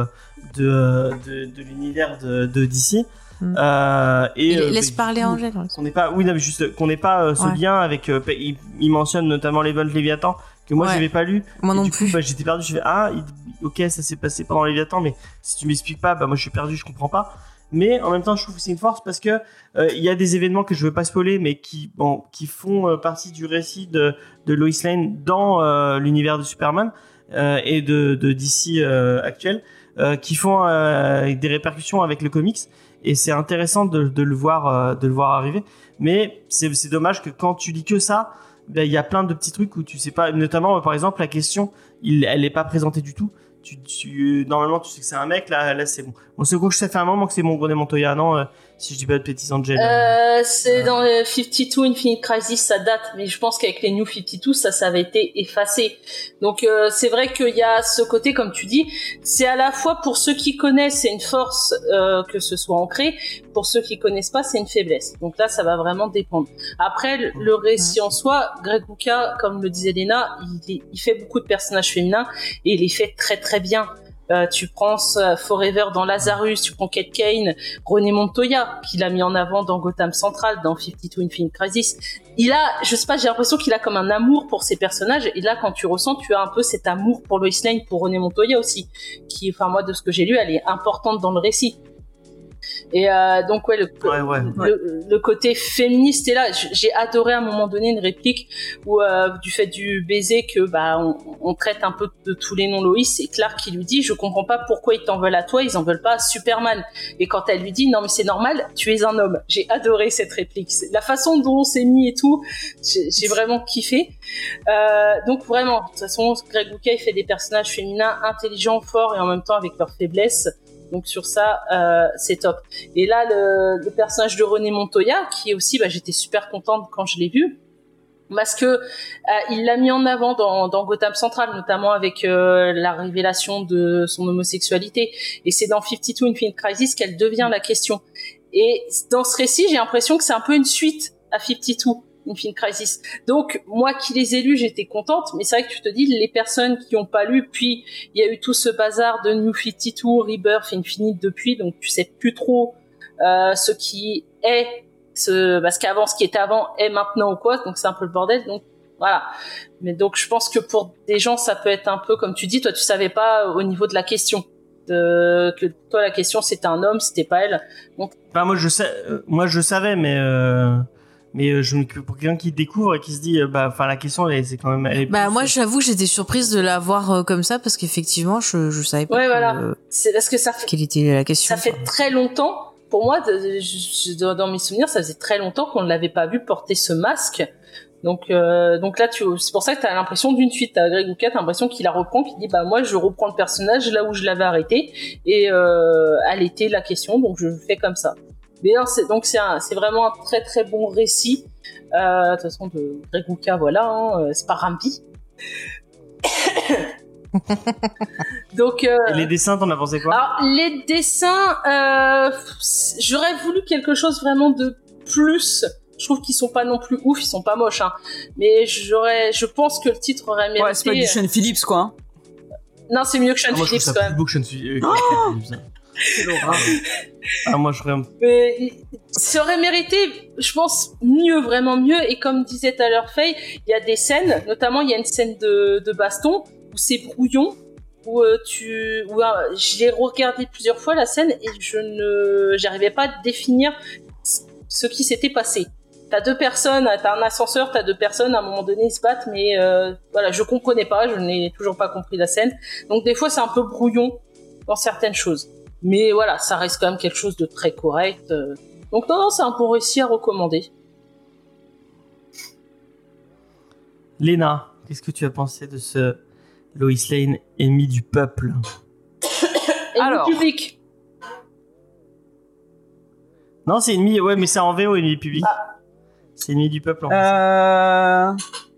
de, de, de l'univers de, de D C. Mm. Euh, et, Et euh, laisse bah, parler du coup, Angèle. Qu'on n'ait pas, oui, non, mais juste qu'on n'ait pas euh, ce Ouais. lien avec. Euh, il, il mentionne notamment les vols Léviathan que moi Ouais. j'avais pas lu. Moi Et non du plus. coup, bah, j'étais perdu. Je fais ah, il- ok, ça s'est passé pendant Léviathan, mais si tu m'expliques pas, bah moi je suis perdu, je comprends pas. Mais en même temps, je trouve que c'est une force parce que euh, il y a des événements que je veux pas spoiler, mais qui bon, qui font euh, partie du récit de de Lois Lane dans euh, l'univers de Superman euh, et de de D C euh, actuel, euh, qui font euh, des répercussions avec le comics. Et c'est intéressant de, de le voir, euh, de le voir arriver. Mais c'est, c'est dommage que quand tu lis que ça, ben, il y a plein de petits trucs où tu sais pas. Notamment, par exemple, la question, il, elle est pas présentée du tout. Tu, tu, normalement, tu sais que c'est un mec. Là, là, c'est bon. Bon, c'est gros, ça fait un moment que c'est mon René Montoya, non euh, si je dis pas de bêtises, Angel. Euh, c'est euh, dans le cinquante-deux Infinite Crisis, ça date, mais je pense qu'avec les New cinquante-deux, ça, ça avait été effacé. Donc euh, c'est vrai qu'il y a ce côté, comme tu dis, c'est à la fois pour ceux qui connaissent, c'est une force euh, que ce soit ancré, pour ceux qui connaissent pas, c'est une faiblesse. Donc là, ça va vraiment dépendre. Après, le, le récit en soi, Greg Rucka, comme le disait Léna, il, il fait beaucoup de personnages féminins et il les fait très très bien. Euh, tu prends euh, Forever dans Lazarus, tu prends Kate Kane, René Montoya, qu'il a mis en avant dans Gotham Central, dans cinquante-deux Infinite Crisis. Il a, je sais pas, j'ai l'impression qu'il a comme un amour pour ses personnages, et là, quand tu ressens, tu as un peu cet amour pour Lois Lane, pour René Montoya aussi, qui, enfin, moi, de ce que j'ai lu, elle est importante dans le récit. Et euh, donc ouais le, Ouais, ouais. le, le côté féministe est là. J'ai adoré à un moment donné une réplique où euh, du fait du baiser que bah on, on traite un peu de tous les noms Lois, et Clark qui lui dit je comprends pas pourquoi ils t'en veulent à toi, ils en veulent pas à Superman. Et quand elle lui dit non mais c'est normal, tu es un homme. J'ai adoré cette réplique, la façon dont on s'est mis et tout, j'ai, j'ai vraiment kiffé. Euh, donc vraiment, de toute façon Greg Rucka il fait des personnages féminins intelligents, forts et en même temps avec leurs faiblesses. Donc sur ça, euh, c'est top. Et là, le, le personnage de René Montoya, qui est aussi, bah, j'étais super contente quand je l'ai vu, parce que euh, il l'a mis en avant dans, dans Gotham Central, notamment avec euh, la révélation de son homosexualité. Et c'est dans cinquante-deux Infinite Crisis qu'elle devient la question. Et dans ce récit, j'ai l'impression que c'est un peu une suite à cinquante-deux Infinite Crisis. Donc, moi qui les ai lus, j'étais contente, mais c'est vrai que tu te dis, les personnes qui ont pas lu, puis il y a eu tout ce bazar de New cinquante-deux, Rebirth, Infinite depuis, donc tu sais plus trop euh, ce qui est, ce, parce qu'avant, ce qui était avant est maintenant ou quoi, donc c'est un peu le bordel, donc voilà. Mais donc, je pense que pour des gens, ça peut être un peu, comme tu dis, toi, tu savais pas au niveau de la question. De, que toi, la question, c'était un homme, c'était pas elle. Donc, Enfin, moi, je sais, euh, moi, je savais, mais... Euh... Mais je, pour quelqu'un qui découvre et qui se dit, bah, enfin, la question, elle, c'est quand même. Elle est Bah plus... moi, j'avoue, j'étais surprise de la voir euh, comme ça parce qu'effectivement, je je savais pas. ouais, que, voilà. euh, C'est parce que ça fait. quelle était la question. Ça fait quoi. très longtemps. Pour moi, de, je, dans mes souvenirs, ça faisait très longtemps qu'on ne l'avait pas vu porter ce masque. Donc, euh, donc là, tu, c'est pour ça que t'as l'impression d'une suite. T'as Greg Rucka, t'as l'impression qu'il la reprend, qu'il dit bah moi je reprends le personnage là où je l'avais arrêté et euh, elle était la question, donc je fais comme ça. Mais non, c'est, donc c'est, un, c'est vraiment un très très bon récit. Euh, de toute façon, de Greg Rucka, voilà, hein, c'est pas Rampi. Donc, euh, et les dessins, t'en as pensé quoi? Alors, les dessins, euh, j'aurais voulu quelque chose vraiment de plus. Je trouve qu'ils sont pas non plus ouf, ils sont pas moches, hein. Mais j'aurais, je pense que le titre aurait mérité. Ouais, c'est pas du Sean Phillips, quoi. Hein. Non, c'est mieux que Sean ah, moi, Phillips, je trouve ça quand plus même. beau que Sean Phillips. Oh c'est l'horreur. Ah, moi, je ferais un... Mais ça aurait mérité, je pense, mieux, vraiment mieux. Et comme disait tout à l'heure Faye, il y a des scènes, notamment il y a une scène de, de baston où c'est brouillon, où euh, tu, où, euh, je l'ai regardé plusieurs fois la scène et je ne, j'arrivais pas à définir ce qui s'était passé. T'as deux personnes, t'as un ascenseur, t'as deux personnes, à un moment donné ils se battent, mais euh, voilà, je comprenais pas, je n'ai toujours pas compris la scène. Donc des fois c'est un peu brouillon dans certaines choses. Mais voilà, ça reste quand même quelque chose de très correct. Donc non, non, c'est un bon récit à recommander. Léna, qu'est-ce que tu as pensé de ce Lois Lane, ennemi du peuple? Et Alors... du public. Non, c'est ennemi, ouais, mais c'est en V O, ennemi public. Ah. C'est ennemi du peuple en euh...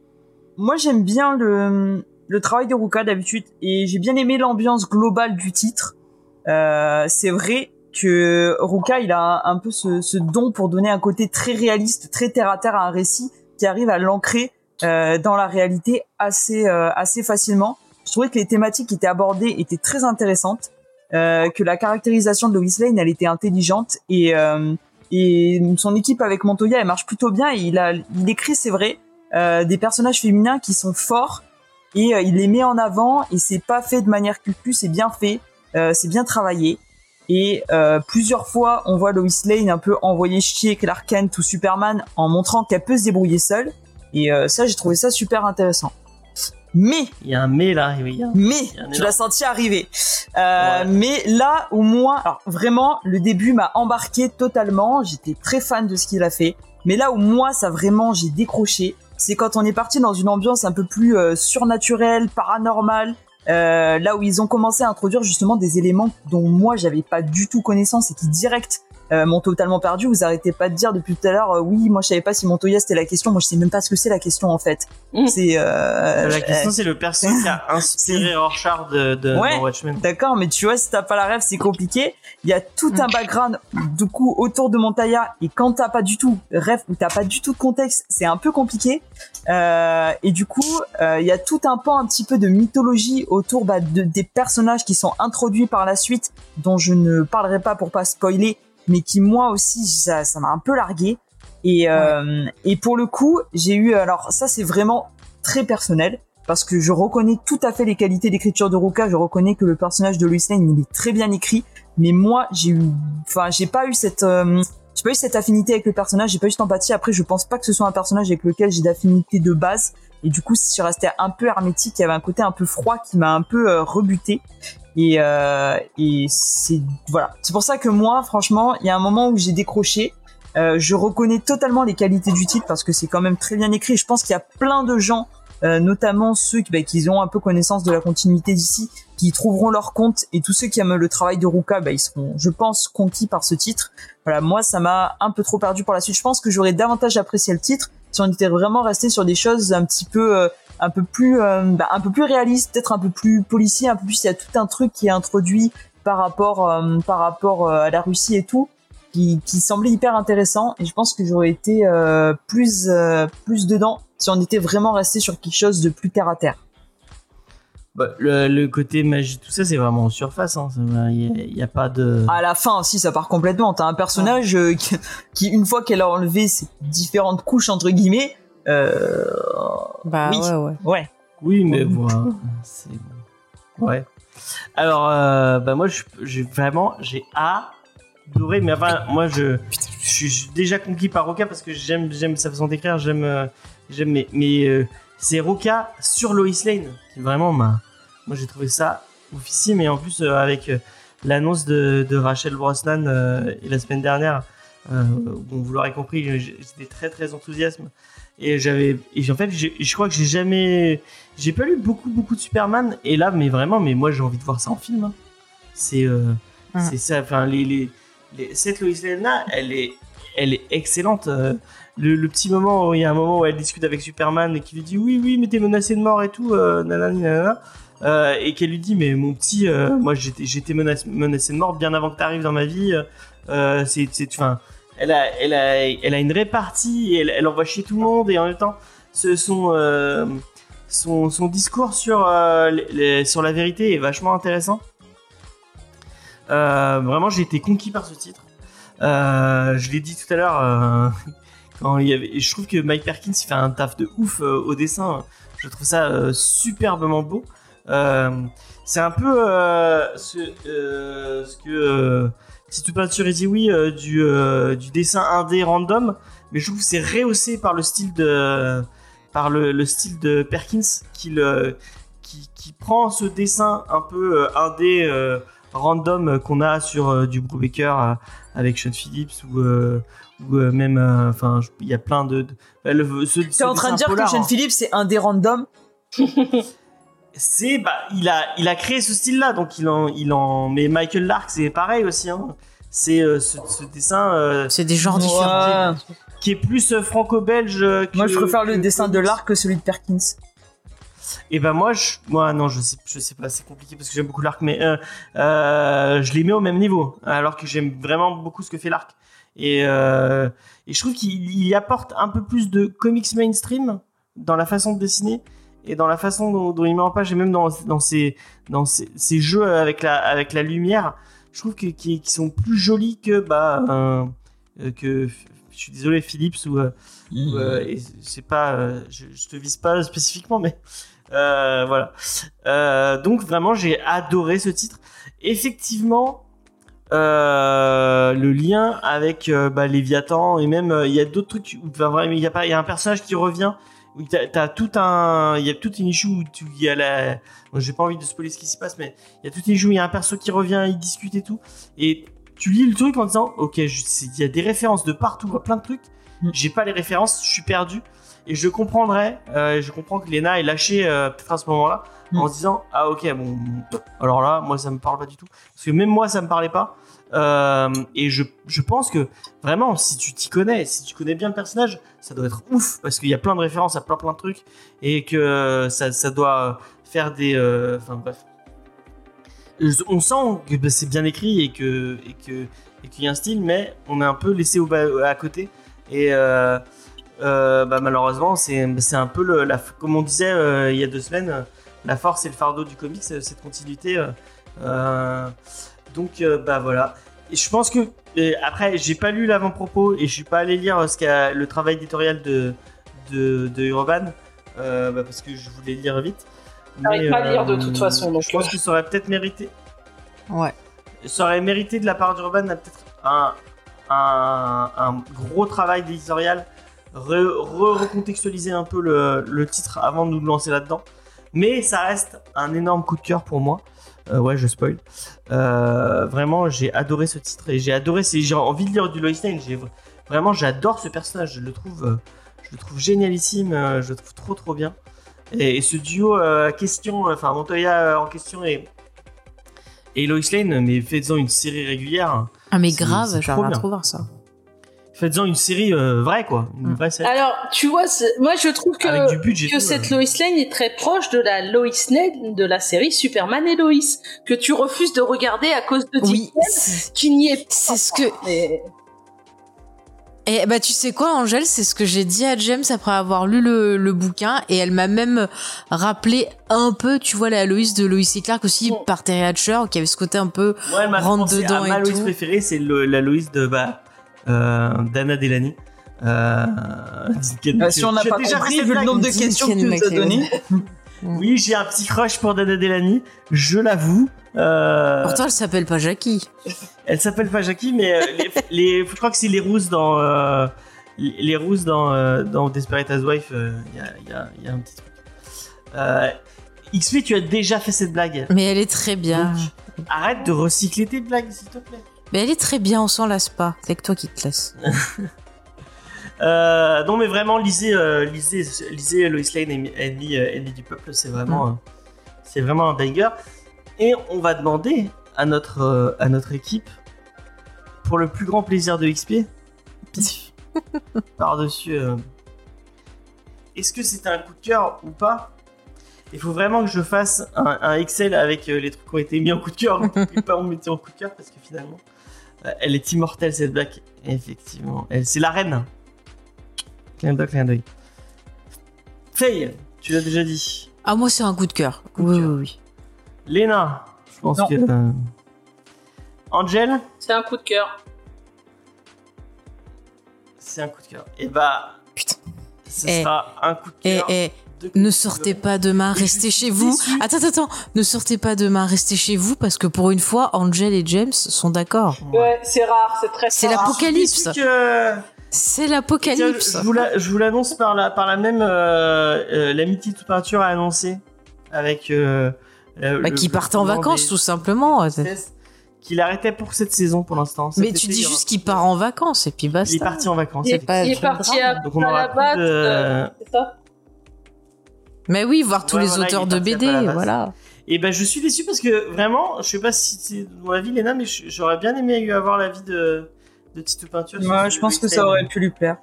Moi, j'aime bien le, le travail de Rucka d'habitude et j'ai bien aimé l'ambiance globale du titre. Euh, c'est vrai que Rucka, il a un, un peu ce, ce don pour donner un côté très réaliste, très terre à terre à un récit qui arrive à l'ancrer euh, dans la réalité assez euh, assez facilement. Je trouvais que les thématiques qui étaient abordées étaient très intéressantes, euh, que la caractérisation de Lois Lane, elle était intelligente et euh, et son équipe avec Montoya, elle marche plutôt bien et il a il écrit, c'est vrai, euh, des personnages féminins qui sont forts et euh, il les met en avant et c'est pas fait de manière cucu, c'est bien fait. Euh, c'est bien travaillé et euh, plusieurs fois on voit Lois Lane un peu envoyer chier Clark Kent ou Superman en montrant qu'elle peut se débrouiller seule et euh, ça j'ai trouvé ça super intéressant. Mais il y a un mais là, oui. Il y a, mais il y a tu l'as senti arriver. Euh, ouais. Mais là au moins, alors vraiment le début m'a embarqué totalement. J'étais très fan de ce qu'il a fait. Mais là où moi ça vraiment j'ai décroché, c'est quand on est parti dans une ambiance un peu plus euh, surnaturelle, paranormale. Euh, là où ils ont commencé à introduire justement des éléments dont moi j'avais pas du tout connaissance et qui direct euh, m'ont totalement perdu. Vous arrêtez pas de dire depuis tout à l'heure euh, oui moi je savais pas si Montoya c'était la question, moi je sais même pas ce que c'est la question en fait. Mmh. C'est euh, la question euh, c'est le perso qui a inspiré Rorschach de, de, ouais, de Watchmen. D'accord, mais tu vois si t'as pas la rêve c'est compliqué. Il y a tout mmh. un background du coup autour de Montoya et quand t'as pas du tout rêve ou t'as pas du tout de contexte c'est un peu compliqué. Euh, et du coup il euh, y a tout un pan un petit peu de mythologie autour bah, de, des personnages qui sont introduits par la suite dont je ne parlerai pas pour pas spoiler mais qui moi aussi ça, ça m'a un peu largué et, euh, ouais. et pour le coup j'ai eu alors ça c'est vraiment très personnel parce que je reconnais tout à fait les qualités d'écriture de Rucka, je reconnais que le personnage de Lois Lane il est très bien écrit mais moi j'ai eu enfin j'ai pas eu cette euh, j'ai pas eu cette affinité avec le personnage, j'ai pas eu cette empathie. Après je pense pas que ce soit un personnage avec lequel j'ai d'affinité de base et du coup si je restais un peu hermétique, il y avait un côté un peu froid qui m'a un peu euh, rebuté et euh, et c'est voilà, c'est pour ça que moi franchement, il y a un moment où j'ai décroché. Euh, je reconnais totalement les qualités du titre parce que c'est quand même très bien écrit. Je pense qu'il y a plein de gens Euh, notamment ceux qui, bah, qui ont un peu connaissance de la continuité d'ici, qui trouveront leur compte, et tous ceux qui aiment le travail de Rucka, bah, ils seront, je pense, conquis par ce titre. Voilà, moi, ça m'a un peu trop perdu pour la suite. Je pense que j'aurais davantage apprécié le titre si on était vraiment resté sur des choses un petit peu, euh, un peu plus, euh, bah, un peu plus réalistes, peut-être un peu plus policier, un peu plus. Il y a tout un truc qui est introduit par rapport, euh, par rapport euh, à la Russie et tout, qui, qui semblait hyper intéressant. Et je pense que j'aurais été euh, plus, euh, plus dedans si on était vraiment resté sur quelque chose de plus terre à terre. Bah, le, le côté magie, tout ça, c'est vraiment en surface. Hein. Il n'y a, a pas de... À la fin, si, ça part complètement. T'as un personnage euh, qui, qui, une fois qu'elle a enlevé ses différentes couches, entre guillemets... Euh... Bah oui. ouais, ouais. Ouais. Oui, mais voilà. C'est... Ouais. Alors, euh, bah moi, je, j'ai vraiment... J'ai adoré, mais enfin, moi, je, je suis déjà conquis par Rucka parce que j'aime, j'aime sa façon d'écrire, j'aime... Euh, J'aime, mais, mais euh, c'est Rucka sur Lois Lane qui vraiment m'a. Moi j'ai trouvé ça oufissime, et en plus euh, avec euh, l'annonce de, de Rachel Brosnan euh, et la semaine dernière Euh, bon, vous l'aurez compris, j'étais très très enthousiaste. Et j'avais, et en fait, j'ai, je crois que j'ai jamais, j'ai pas lu beaucoup beaucoup de Superman. Et là, mais vraiment, mais moi j'ai envie de voir ça en film. Hein. C'est, euh, mmh. c'est ça. Enfin, les, les, les, cette Lois Lane là, elle est, elle est excellente. Euh, le, le petit moment où il y a un moment où elle discute avec Superman et qui lui dit oui oui, mais t'es menacé de mort et tout, euh, nanani nanana. Euh, et qu'elle lui dit mais mon petit, euh, moi j'étais, j'étais menacé, menacé de mort bien avant que t'arrives dans ma vie. Euh, c'est, c'est, enfin. Elle a, elle, a, elle a une répartie, et elle, elle envoie chier tout le monde, et en même temps, ce, son, euh, son, son discours sur, euh, les, sur la vérité est vachement intéressant. Euh, vraiment, j'ai été conquis par ce titre. Euh, je l'ai dit tout à l'heure, euh, quand il y avait, je trouve que Mike Perkins il fait un taf de ouf euh, au dessin. Je trouve ça euh, superbement beau. Euh, c'est un peu euh, ce, euh, ce que... Euh, Si tout peinture dit oui euh, du, euh, du dessin indé random, mais je trouve que c'est rehaussé par le style de par le, le style de Perkins qui le qui, qui prend ce dessin un peu euh, indé euh, random qu'on a sur euh, du Brubaker euh, avec Sean Phillips ou euh, ou euh, même enfin euh, il y a plein de, de le, ce, t'es en train de dire polar, que Sean hein. Phillips c'est indé random. C'est bah il a il a créé ce style là donc il en il en mais Michael Lark c'est pareil aussi hein. C'est euh, ce, ce dessin euh, c'est des genres ouais. différents qui est, qui est plus euh, franco-belge que, moi je préfère que, le dessin que... de Lark que celui de Perkins. Et ben moi je moi non je sais je sais pas c'est compliqué parce que j'aime beaucoup Lark mais euh, euh, je les mets au même niveau alors que j'aime vraiment beaucoup ce que fait Lark et euh, et je trouve qu'il y apporte un peu plus de comics mainstream dans la façon de dessiner et dans la façon dont, dont il met en page et même dans dans ses dans ses, ses jeux avec la avec la lumière, je trouve que qui, qui sont plus jolis que bah euh, que je suis désolé Philips ou, euh, mmh. ou euh, et c'est pas euh, je, je te vise pas spécifiquement mais euh, voilà euh, donc vraiment j'ai adoré ce titre. Effectivement euh, le lien avec euh, bah, Léviathan et même il euh, y a d'autres trucs où enfin, il y a pas il y a un personnage qui revient. Oui, t'as, t'as tout un, il y a toute une issue où il y a la, bon, j'ai pas envie de spoiler ce qui s'y passe, mais il y a toute une issue où il y a un perso qui revient, il discute et tout, et tu lis le truc en disant, ok, il y a des références de partout, plein de trucs, mm. j'ai pas les références, je suis perdu, et je comprendrais, euh, je comprends que Lena ait lâché euh, peut-être à ce moment-là, mm. en se disant, ah ok, bon, alors là, moi ça me parle pas du tout, parce que même moi ça me parlait pas. Euh, et je, je pense que vraiment si tu t'y connais, si tu connais bien le personnage, ça doit être ouf parce qu'il y a plein de références à plein plein de trucs et que ça, ça doit faire des enfin euh, bref on sent que bah, c'est bien écrit et que et que et qu'il y a un style mais on est un peu laissé au bas, à côté et euh, euh, bah, malheureusement c'est, c'est un peu le, la, comme on disait euh, il y a deux semaines la force et le fardeau du comics cette continuité euh, euh, donc euh, bah voilà et je pense que euh, après j'ai pas lu l'avant-propos et je suis pas allé lire ce qu'a le travail éditorial de de, de Urban euh, bah, parce que je voulais lire vite j'arrive pas euh, à lire de toute façon donc je pense que ça aurait peut-être mérité ouais ça aurait mérité de la part d'Urban peut-être un, un, un gros travail d'éditorial re, re, recontextualiser un peu le, le titre avant de nous lancer là-dedans mais ça reste un énorme coup de cœur pour moi. Euh, ouais, je spoil. Euh, vraiment, j'ai adoré ce titre et j'ai adoré. C'est, j'ai envie de lire du Lois Lane. J'ai vraiment, j'adore ce personnage. Je le trouve, euh, je le trouve génialissime. Euh, je le trouve trop, trop bien. Et, et ce duo euh, question, enfin Montoya en question et et Lois Lane, mais faites-en une série régulière. Ah mais c'est, grave, c'est j'aimerais trop voir ça. Faites-en une série euh, vraie, quoi. Une vraie série. Alors, tu vois, moi je trouve que, budget, que tout, cette euh... Lois Lane est très proche de la Lois Lane de la série Superman et Lois, que tu refuses de regarder à cause de oui, Dick qui n'y est pas. C'est ce que... Mais... Et bah tu sais quoi Angèle, c'est ce que j'ai dit à James après avoir lu le, le bouquin et elle m'a même rappelé un peu, tu vois, la Lois de Lois et Clark aussi mm. par Terry Hatcher qui avait ce côté un peu ouais, elle m'a rentre dedans et ma tout. Ma Lois préférée c'est le, la Lois de bah euh, Dana Delany. Euh, euh, si on n'a pas déjà compris vu le nombre de questions que tu nous as données. Oui, j'ai un petit crush pour Dana Delany, je l'avoue. Euh... Pourtant, elle s'appelle pas Jackie. Elle s'appelle pas Jackie, mais les, les, je crois que c'est les rousses dans euh, les rousses dans euh, dans Desperate Housewives. Il euh, y, a, y, a, y a un petit truc. Euh, X P, tu as déjà fait cette blague. Mais elle est très bien. Donc, arrête de recycler tes blagues, s'il te plaît. Mais elle est très bien, on s'en lasse pas. C'est que toi qui te laisse. euh, non, mais vraiment, lisez, euh, lisez, lisez Lois Lane, Ennemie, Ennemie, euh, Ennemie du peuple. C'est vraiment, Mm. euh, c'est vraiment un banger. Et on va demander à notre, euh, à notre équipe, pour le plus grand plaisir de X P, pif, par-dessus. Euh, est-ce que c'était un coup de cœur ou pas? Il faut vraiment que je fasse un, un Excel avec euh, les trucs qui ont été mis en coup de cœur et pas en mettant en coup de cœur parce que finalement, euh, elle est immortelle cette blague. Effectivement, elle, c'est la reine. Clin d'œil, clin d'œil. Faye, tu l'as déjà dit. Ah, moi, c'est un coup de cœur. Coup de Oui, cœur. oui, oui. Léna, je pense Non. que. Euh... Angel, C'est un coup de cœur. c'est un coup de cœur. Et bah, Putain. ce Eh. sera un coup de Et, cœur. et deux coups ne de sortez cœur. pas demain, Et je restez suis chez vous. déçu. Attends, attends, attends. Ne sortez pas demain, restez chez vous parce que pour une fois, Angel et James sont d'accord. Ouais, c'est rare, c'est très C'est rare. la- Apocalypse. Je suis déçu que- C'est Tiens, l'apocalypse. je vous la- je vous l'annonce par la, par la même. Euh, euh, L'amitié toute peinture a annoncé avec. Euh, euh, Bah, le- qui le partent en tournant vacances, des- tout simplement. des tests, qu'il arrêtait pour cette saison pour l'instant. Cet Mais été, tu il dis y aura- juste qu'il part en vacances et puis basta. Il est parti en vacances. Il est, pas il est du parti à, Donc on à aura la plus batte, de- euh, c'est ça? Mais oui, voir tous Ouais, les voilà, auteurs il est de parti B D, à Palavas. voilà. Et ben je suis déçu parce que vraiment, je sais pas si c'est mon avis, Léna, mais j- j'aurais bien aimé avoir l'avis de, de Tito Peinture. sur Moi, ce je pense que Lois ça Lane. aurait pu lui plaire.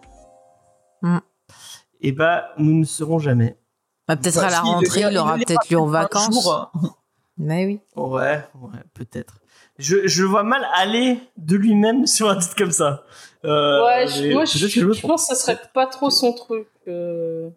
Et bah, nous ne serons jamais. Bah, peut-être Bah, à la si, il rentrée, le- il aura il le peut-être lu en lira un vacances. jour. Mais oui. Ouais, ouais, peut-être. Je, je le vois mal aller de lui-même sur un titre comme ça. Euh, Ouais, je, mais moi peut-être je, que je me je trompe. pense que ça serait pas trop son truc. euh.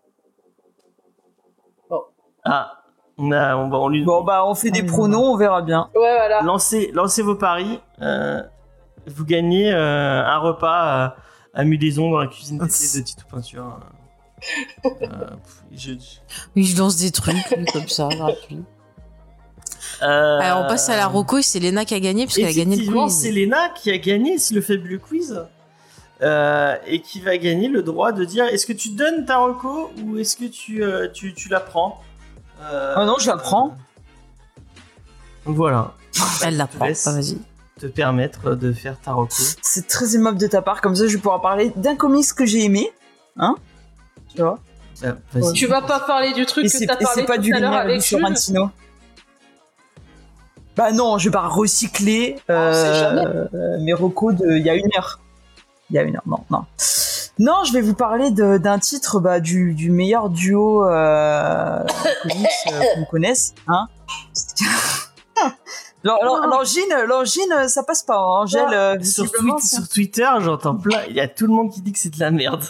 Ah, on a, on va en lui. Bon, bah, on fait des pronos, on verra bien. Ouais, voilà. Lancez, lancez vos paris. Euh, vous gagnez euh, un repas à, à Mudaison dans la cuisine d'été de Tito Peinture. Euh, pff, je, Oui, je lance des trucs lui, comme ça, gratuit. euh, Alors, on passe à la Rocco et c'est Léna qui a gagné parce qu'elle a gagné le Effectivement, quiz. c'est Léna qui a gagné le fabuleux quiz. Euh, et qui va gagner le droit de dire est-ce que tu donnes ta reco ou est-ce que tu, euh, tu, tu la prends. Euh, Ah non, je la prends. Donc voilà. Elle la Je te prend. laisse Ah, vas-y. te permettre de faire ta reco. C'est très aimable de ta part, comme ça je vais pouvoir parler d'un comics que j'ai aimé. Hein? Tu vois? Bah, vas-y. Tu vas pas parler du truc Et que c'est t'as et parlé c'est pas tout du à l'heure linéaire avec sur Jules. Sorrentino. Bah non, je vais pas recycler euh, On sait jamais. euh, mes recos de il y a une heure. Il y a une heure, non, non. Non, je vais vous parler de- d'un titre bah, du, du meilleur duo euh, comics euh, qu'on connaisse. Hein. L'an- l'an- L'angine, l'angine, ça passe pas. Hein. Angèle, euh, Sur, visiblement, Twitter- ça- sur Twitter, j'entends plein. Il y a tout le monde qui dit que c'est de la merde.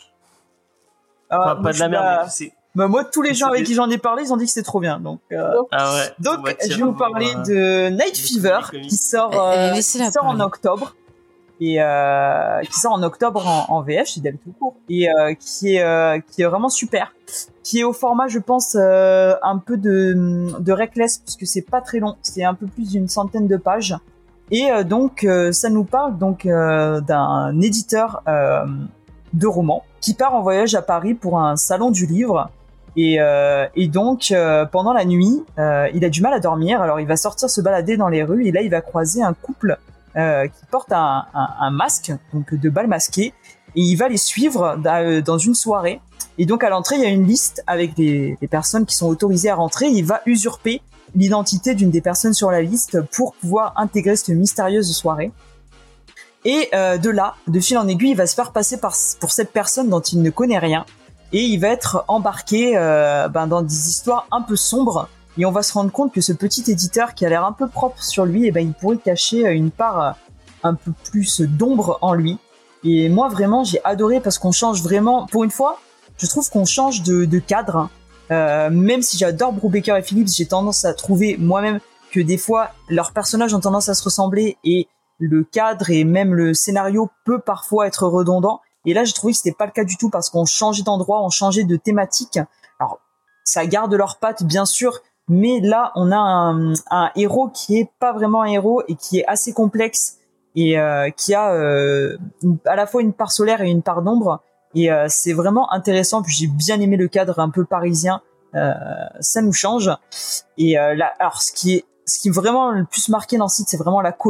Ah, Enfin, moi, pas je de la suis merde, là- mais que c'est. Bah, moi, tous les gens C'est avec des- qui j'en ai parlé, ils ont dit que c'était trop bien. Donc, euh, Ah ouais. donc On va je vais tirer vous voir, parler euh, de Night les Fever comics. qui sort, Eh, eh, euh, laissez-la qui sort en parler. octobre et euh, qui sort en octobre en, en V F chez Delta Court et euh, qui est euh, qui est vraiment super, qui est au format, je pense, euh, un peu de de Reckless puisque c'est pas très long, c'est un peu plus d'une centaine de pages et euh, donc euh, ça nous parle donc euh, d'un éditeur euh, de romans qui part en voyage à Paris pour un salon du livre. Et, euh, et donc, euh, pendant la nuit, euh, il a du mal à dormir. Alors, il va sortir se balader dans les rues. Et là, il va croiser un couple euh, qui porte un, un, un masque, donc de bal masqué. Et il va les suivre dans, dans une soirée. Et donc, à l'entrée, il y a une liste avec des, des personnes qui sont autorisées à rentrer. Il va usurper l'identité d'une des personnes sur la liste pour pouvoir intégrer cette mystérieuse soirée. Et euh, de là, de fil en aiguille, il va se faire passer par, pour cette personne dont il ne connaît rien. Et il va être embarqué euh, ben, dans des histoires un peu sombres. Et on va se rendre compte que ce petit éditeur qui a l'air un peu propre sur lui, eh ben, il pourrait cacher une part euh, un peu plus d'ombre en lui. Et moi, vraiment, j'ai adoré parce qu'on change vraiment... Pour une fois, je trouve qu'on change de, de cadre. Euh, même si j'adore Brubaker et Phillips, j'ai tendance à trouver moi-même que des fois, leurs personnages ont tendance à se ressembler et le cadre et même le scénario peut parfois être redondant. Et là, j'ai trouvé que c'était pas le cas du tout parce qu'on changeait d'endroit, on changeait de thématique. Alors, ça garde leurs pattes, bien sûr, mais là, on a un, un héros qui est pas vraiment un héros et qui est assez complexe et euh, qui a euh, une, à la fois une part solaire et une part d'ombre. Et euh, c'est vraiment intéressant. Puis j'ai bien aimé le cadre un peu parisien. Euh, ça nous change. Et euh, là, alors, ce qui est, ce qui est vraiment le plus marqué dans ce site, c'est vraiment la colo.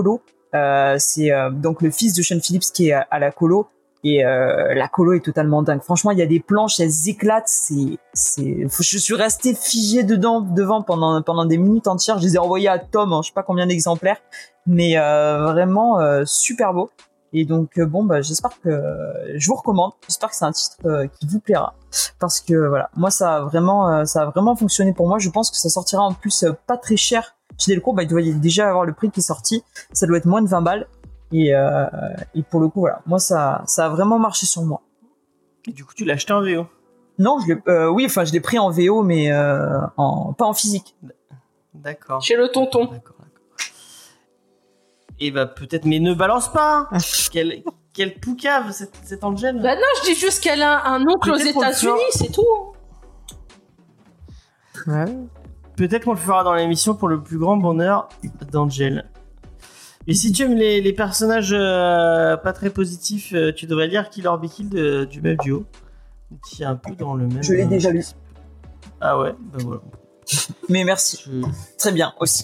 Euh, c'est euh, donc le fils de Sean Phillips qui est à, à la colo. Et euh, la colo est totalement dingue. Franchement, il y a des planches, elles éclatent. C'est, c'est. Je suis resté figé dedans, devant pendant pendant des minutes entières. Je les ai envoyés à Tom, hein, je sais pas combien d'exemplaires, mais euh, vraiment euh, super beau. Et donc euh, bon, bah j'espère que euh, je vous recommande. J'espère que c'est un titre euh, qui vous plaira, parce que voilà, moi ça a vraiment, euh, ça a vraiment fonctionné pour moi. Je pense que ça sortira en plus euh, pas très cher chez Delcourt. Bah il doit y déjà avoir le prix qui est sorti. Ça doit être moins de vingt balles. Et, euh, et pour le coup, voilà, moi ça, ça a vraiment marché sur moi. Et du coup, tu l'as acheté en V O? Non, je l'ai, euh, oui, enfin, je l'ai pris en V O, mais euh, en, pas en physique. D'accord. Chez le tonton. D'accord, d'accord. Et bah peut-être, mais ne balance pas. quel, quel poucave cette, cette Angel. Bah non, je dis juste qu'elle a un oncle aux Peut-être qu'on le États-Unis, fera. c'est tout. Ouais. Peut-être qu'on le fera dans l'émission pour le plus grand bonheur d'Angel. Et si tu aimes les, les personnages euh, pas très positifs, euh, tu devrais lire Kill or Be Killed de- du même duo, qui est un peu dans le même. Je l'ai euh, déjà lu. Ah ouais, bah voilà. Mais merci. Je- Très bien aussi.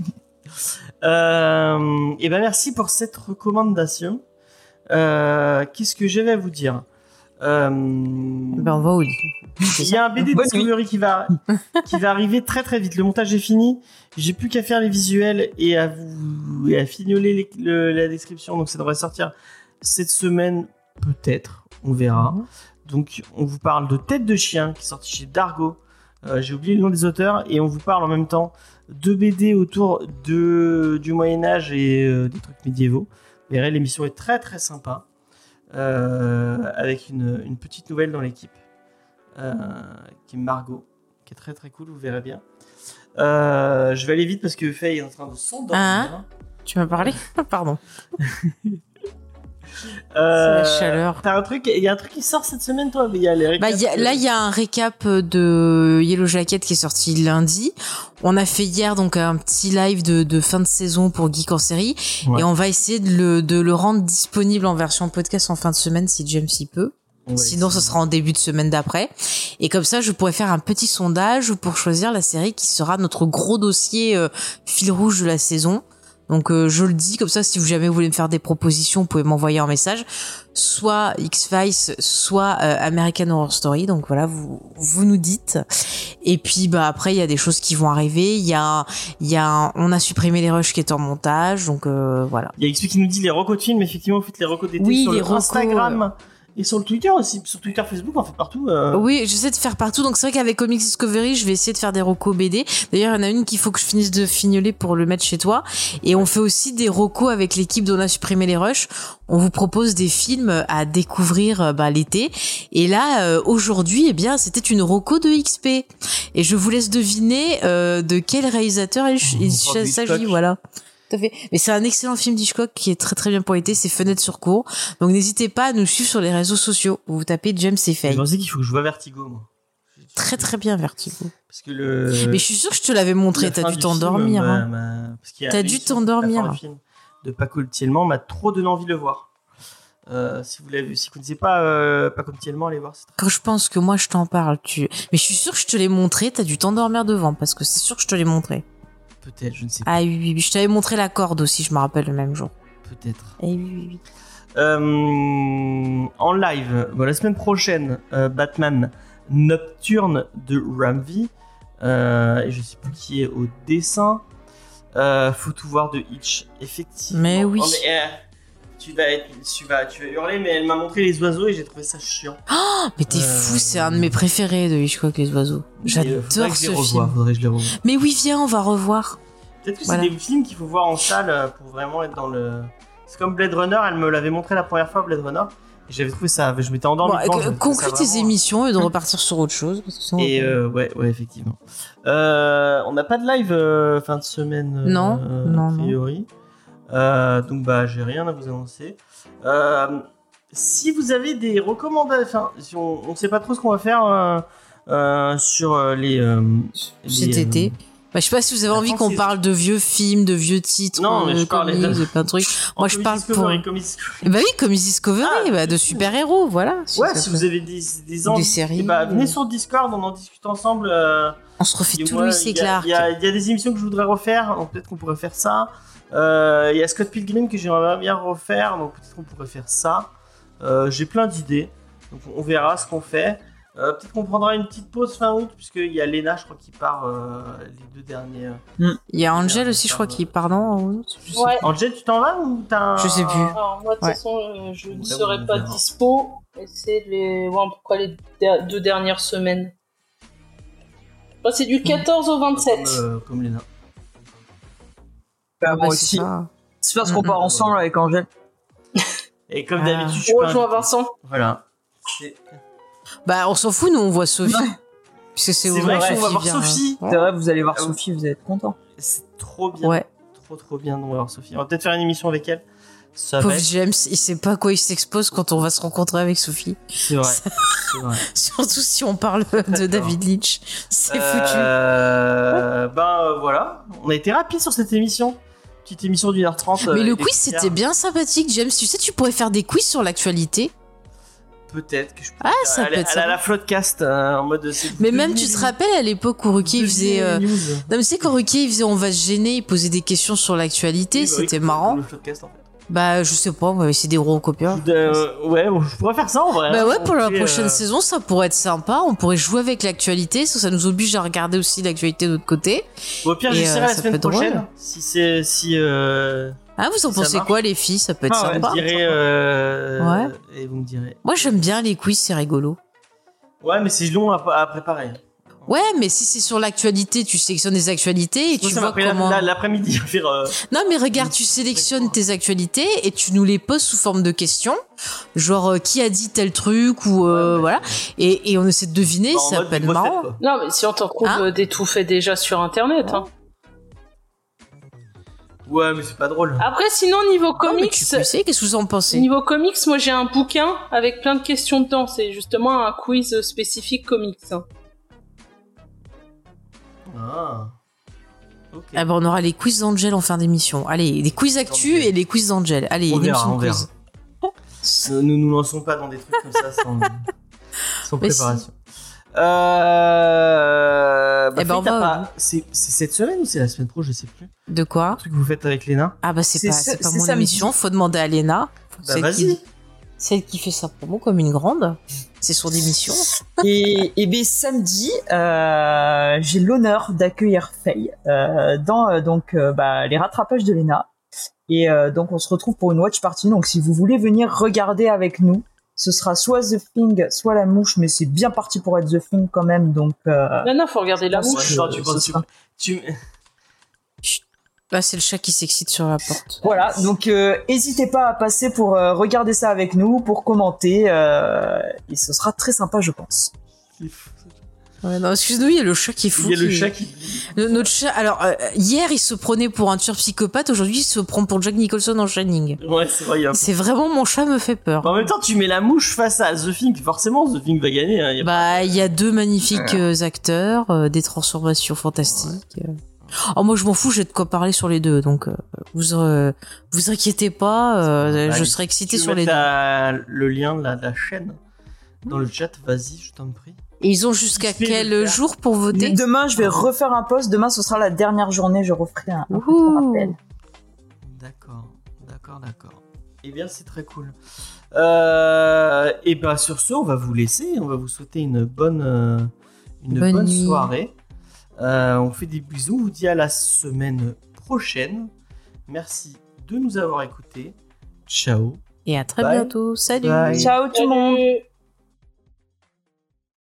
Euh, et ben merci pour cette recommandation. Euh, Qu'est-ce que je vais vous dire euh, Ben, on va au lit. Il y a un B D Bonne Discovery qui va qui va arriver très très vite. Le montage est fini. J'ai plus qu'à faire les visuels et à vous et à fignoler les- le- la description. Donc ça devrait sortir cette semaine peut-être. On verra. Donc on vous parle de Tête de chien qui est sorti chez Dargo. Euh, J'ai oublié le nom des auteurs et on vous parle en même temps de B D autour de du Moyen Âge et euh, des trucs médiévaux. Vous verrez, l'émission est très très sympa euh, avec une, une petite nouvelle dans l'équipe. Euh, qui est Margot, qui est très très cool, vous verrez bien. Euh, je vais aller vite parce que Faye est en train de s'endormir. Ah. Tu m'as parlé? Pardon. Euh, C'est la chaleur. T'as un truc, il y a un truc qui sort cette semaine, toi. Il y a les récaps, Bah, y a- là, il y a un récap de Yellow Jacket qui est sorti lundi. On a fait hier donc un petit live de, de fin de saison pour Geek en série. Ouais. Et on va essayer de le, de le rendre disponible en version podcast en fin de semaine si James y peut. Ouais, Sinon, ce sera en début de semaine d'après. Et comme ça, je pourrais faire un petit sondage pour choisir la série qui sera notre gros dossier euh, fil rouge de la saison. Donc, euh, je le dis comme ça, si vous jamais vous voulez me faire des propositions, vous pouvez m'envoyer un message. Soit X-Files, soit euh, American Horror Story. Donc voilà, vous vous nous dites. Et puis, bah après, il y a des choses qui vont arriver. Il y a, il y a, un- on a supprimé les rushs qui est en montage. Donc euh, voilà. Il y a X P qui nous dit les recos de films. Effectivement, vous faites les recos d'été Oui, sur les le recos, Instagram et sur le Twitter aussi. Sur Twitter, Facebook, on fait partout. euh. Oui, j'essaie de faire partout. Donc c'est vrai qu'avec Comics Discovery, je vais essayer de faire des recos B D. D'ailleurs, il y en a une qu'il faut que je finisse de fignoler pour le mettre chez toi. Et on fait aussi des recos avec l'équipe d'On a supprimé les rushs. On vous propose des films à découvrir euh, bah, l'été. Et là, euh, aujourd'hui, eh bien, c'était une reco de X P. Et je vous laisse deviner euh, de quel réalisateur il, il On parle s'agit. d'Hitchcock. Voilà. Tout à fait. Mais c'est un excellent film d'Hitchcock qui est très très bien pour l'été. C'est Fenêtre sur cour. Donc n'hésitez pas à nous suivre sur les réseaux sociaux. Vous tapez James et Je Faye. pensais qu'il faut que je vois Vertigo, moi. Très très bien, Vertigo. Parce que le. Mais je suis sûre que je te l'avais montré, la t'as fin dû du t'endormir. film, hein. m'a- m'a- parce qu'il y a T'as dû l'émission, t'endormir. la fin du film de Paco Tielman m'a trop donné envie de le voir. Euh, si vous l'avez, si vous ne connaissez pas euh, Paco Tielman, allez voir. C'est très... Quand je pense que moi je t'en parle, tu. Mais je suis sûre que je te l'ai montré, t'as dû t'endormir devant, parce que c'est sûr que je te l'ai montré. Peut-être, je ne sais pas. Ah oui, oui, oui. Je t'avais montré la corde aussi, je me rappelle le même jour. Peut-être. Eh oui, oui, oui. Euh, en live, bon, la semaine prochaine, euh, Batman Nocturne de Ramvi. Euh, et je sais plus qui est au dessin. Euh, faut tout voir de Hitch, effectivement. Mais oui. Oh, mais, euh, tu, vas être, tu, vas, tu vas hurler, mais elle m'a montré les oiseaux et j'ai trouvé ça chiant. Oh, mais t'es Euh, fou, c'est un de mes préférés de Hitchcock, les oiseaux. Et, euh, faudrait J'adore que je ce les revoie, film. Faudrait que je les revoie. Mais oui, viens, on va revoir. Peut-être que Voilà. c'est des films qu'il faut voir en salle euh, pour vraiment être dans le. C'est comme Blade Runner, elle me l'avait montré la première fois, Blade Runner. Et j'avais trouvé ça, je m'étais endormi. Bon, devant, euh, je trouvais ça conclue tes vraiment- émissions et de repartir sur autre chose. Parce que sinon, Et euh, ouais, ouais, effectivement. Euh, on n'a pas de live euh, fin de semaine. euh, Non, euh, non, a non. priori. Euh, donc bah, j'ai rien à vous annoncer. Euh, si vous avez des recommandations, enfin, si on, on sait pas trop ce qu'on va faire euh, euh, sur euh, les. euh, cet les, été. euh, Bah, je sais pas si vous avez la envie qu'on franchise. parle de vieux films, de vieux titres, Non, mais de je parlais comics, de- de plein de trucs. en Moi, je Comics parle Discovery, pour- Comics Discovery. Bah oui, comme Discovery, Ah, bah, de cool. super-héros, voilà. Si Ouais, ça si peut- vous avez des, des Ou envies, des séries. eh bah, venez sur Discord, on en discute ensemble. euh, On se refait Et tout moi, Lois et il y a- Clark. Il y, a- il y a des émissions que je voudrais refaire, donc peut-être qu'on pourrait faire ça. Euh, Il y a Scott Pilgrim que j'aimerais bien refaire, donc peut-être qu'on pourrait faire ça. Euh, J'ai plein d'idées, donc on verra ce qu'on fait. Euh, peut-être qu'on prendra une petite pause fin août, puisqu'il y a Lena, je crois, qui part euh, les deux derniers. euh. Il y a Angel Bien, aussi, je crois, ça, qui part, non je sais Ouais. Angel, tu t'en vas ou t'as un... Je sais plus. Alors, moi, de toute Ouais. façon, euh, je ne Ouais, serai on pas verra. dispo. Et c'est les. Ouais, pourquoi les der- deux dernières semaines Bah, c'est du quatorze au vingt-sept. Comme, euh, comme Lena. Bah, Ah, moi bah, c'est aussi. ça. C'est parce qu'on Mm, part mm. ensemble avec Angèle. Et comme Ah. d'habitude, je suis On pas rejoint invité. Vincent. Voilà. C'est Bah, on s'en fout, nous, on voit Sophie. Ouais. Puisque c'est c'est au vrai vrai qu'on va qui voir vient. Sophie. C'est vrai, vous allez voir Ah, Sophie, vous allez être content. C'est trop bien. Ouais. Trop trop bien de voir Sophie. On va peut-être faire une émission avec elle. Ça va Pauvre être- James, il sait pas à quoi il s'expose quand on va se rencontrer avec Sophie. C'est vrai. C'est vrai. Surtout si on parle de David Lynch. C'est foutu. Euh, ben euh, voilà. On a été rapide sur cette émission. Petite émission d'une heure trente. Mais euh, le et quiz, Pierre, c'était bien sympathique, James. Tu sais, tu pourrais faire des quiz sur l'actualité. Peut-être que je peux Ah, faire- ça aller, peut être aller à sympa. la Floodcast euh, en mode. c'est- Mais même, devinez tu te les- rappelles à l'époque où Ruquier il devinez faisait. euh, les news. Non, mais tu sais, quand Ruquier il faisait On va se gêner, il posait des questions sur l'actualité, Oui, bah oui, c'était comme- marrant. comme le Floodcast, en fait. Bah, je sais pas, on va essayer des gros copieurs. Euh, ouais, bon, je pourrais faire ça en vrai. Bah hein, ouais, pour la on fait, prochaine euh, saison, ça pourrait être sympa. On pourrait jouer avec l'actualité, ça, ça nous oblige à regarder aussi l'actualité de l'autre côté. Bon, au pire, Et, j'essaierai euh, la ça semaine peut être prochaine. drôle. Si c'est. Si. Euh, Ah, vous en Si ça pensez marche. quoi, les filles? Ça peut être Ah ouais, sympa. je dirais. Euh, Ouais. Et vous me direz. Moi, j'aime bien les quiz, c'est rigolo. Ouais, mais c'est long à, à préparer. Ouais, mais si c'est sur l'actualité, tu sélectionnes des actualités et Moi, tu ça m'a vois pris la- comment. la- l'après-midi à faire. euh, Non, mais regarde, tu sélectionnes tes actualités et tu nous les poses sous forme de questions. Genre, euh, qui a dit tel truc ou euh, ouais, bah, voilà. Et, et on essaie de deviner, bah, en ça mode peut être des grosses marrant. têtes, quoi. Non, mais si on t'en trouve Hein euh, des tout faits déjà sur internet. Hein. Ouais, mais c'est pas drôle. Après, sinon, niveau Non, mais comics. tu peux essayer, qu'est-ce que vous en pensez? Niveau comics, moi j'ai un bouquin avec plein de questions dedans. C'est justement un quiz spécifique comics. hein. Ah. Ok. Ah bah on aura les quiz d'Angel en fin d'émission. Allez, les quiz actu Angel. et les quiz d'Angel. Allez, On une verra, émission on de quiz. Ne nous, nous lançons pas dans des trucs comme ça sans, sans Mais préparation. Euh... Bah, Eh ben, Faye, on t'as va- pas- C'est c'est cette semaine ou c'est la semaine pro, je sais plus. De quoi? Le truc que vous faites avec Léna. Ah bah c'est C'est pas, ce- c'est pas c'est mon samedi. émission, faut demander à Léna. Bah Celle vas-y. qui- Celle qui fait sa promo comme une grande. C'est son émission. Et, et ben samedi, euh, j'ai l'honneur d'accueillir Faye euh, dans euh, donc euh, bah, les rattrapages de Lena. Et euh, donc on se retrouve pour une watch party. Donc si vous voulez venir regarder avec nous, ce sera soit The Thing, soit La Mouche, mais c'est bien parti pour être The Thing quand même. Donc euh, Non, non, faut regarder la Ouais, mouche. Ouais, non, tu ce penses sera- tu, tu- Là, c'est le chat qui s'excite sur la porte. voilà. Donc euh, n'hésitez pas à passer pour euh, regarder ça avec nous, pour commenter. Euh, et ce sera très sympa, je pense. Ouais, non, excuse-nous, il y a le chat qui est fou. Il y a le qui- chat qui. Le- notre chat. Alors, euh, hier, il se prenait pour un tueur psychopathe. Aujourd'hui, il se prend pour Jack Nicholson en Shining. Ouais, c'est vrai. il y a un peu- C'est vraiment mon chat me fait peur. En même temps, tu mets la mouche face à The Thing, forcément, The Thing va gagner. Hein, il y a Bah, il y a deux magnifiques euh, acteurs, euh, des transformations fantastiques. euh. Oh, moi, je m'en fous, j'ai de quoi parler sur les deux, donc euh, vous euh, vous inquiétez pas, euh, Bah, je tu serai excité veux sur les mettre deux. la- le lien de la, de la chaîne dans le chat, vas-y, je t'en prie. Et ils ont jusqu'à Je vais quel le faire. jour pour voter? Demain, je vais refaire un post. Demain, ce sera la dernière journée. Je referai un, un petit Ouhou. rappel. D'accord, d'accord, d'accord. Eh bien, c'est très cool. Euh, et ben sur ce, on va vous laisser. On va vous souhaiter une bonne, euh, une Bonne bonne nuit. soirée. Euh, on fait des bisous. On vous dit à la semaine prochaine. Merci de nous avoir écoutés. Ciao. Et à très Bye. bientôt. Salut. Bye. Ciao tout le monde. Salut.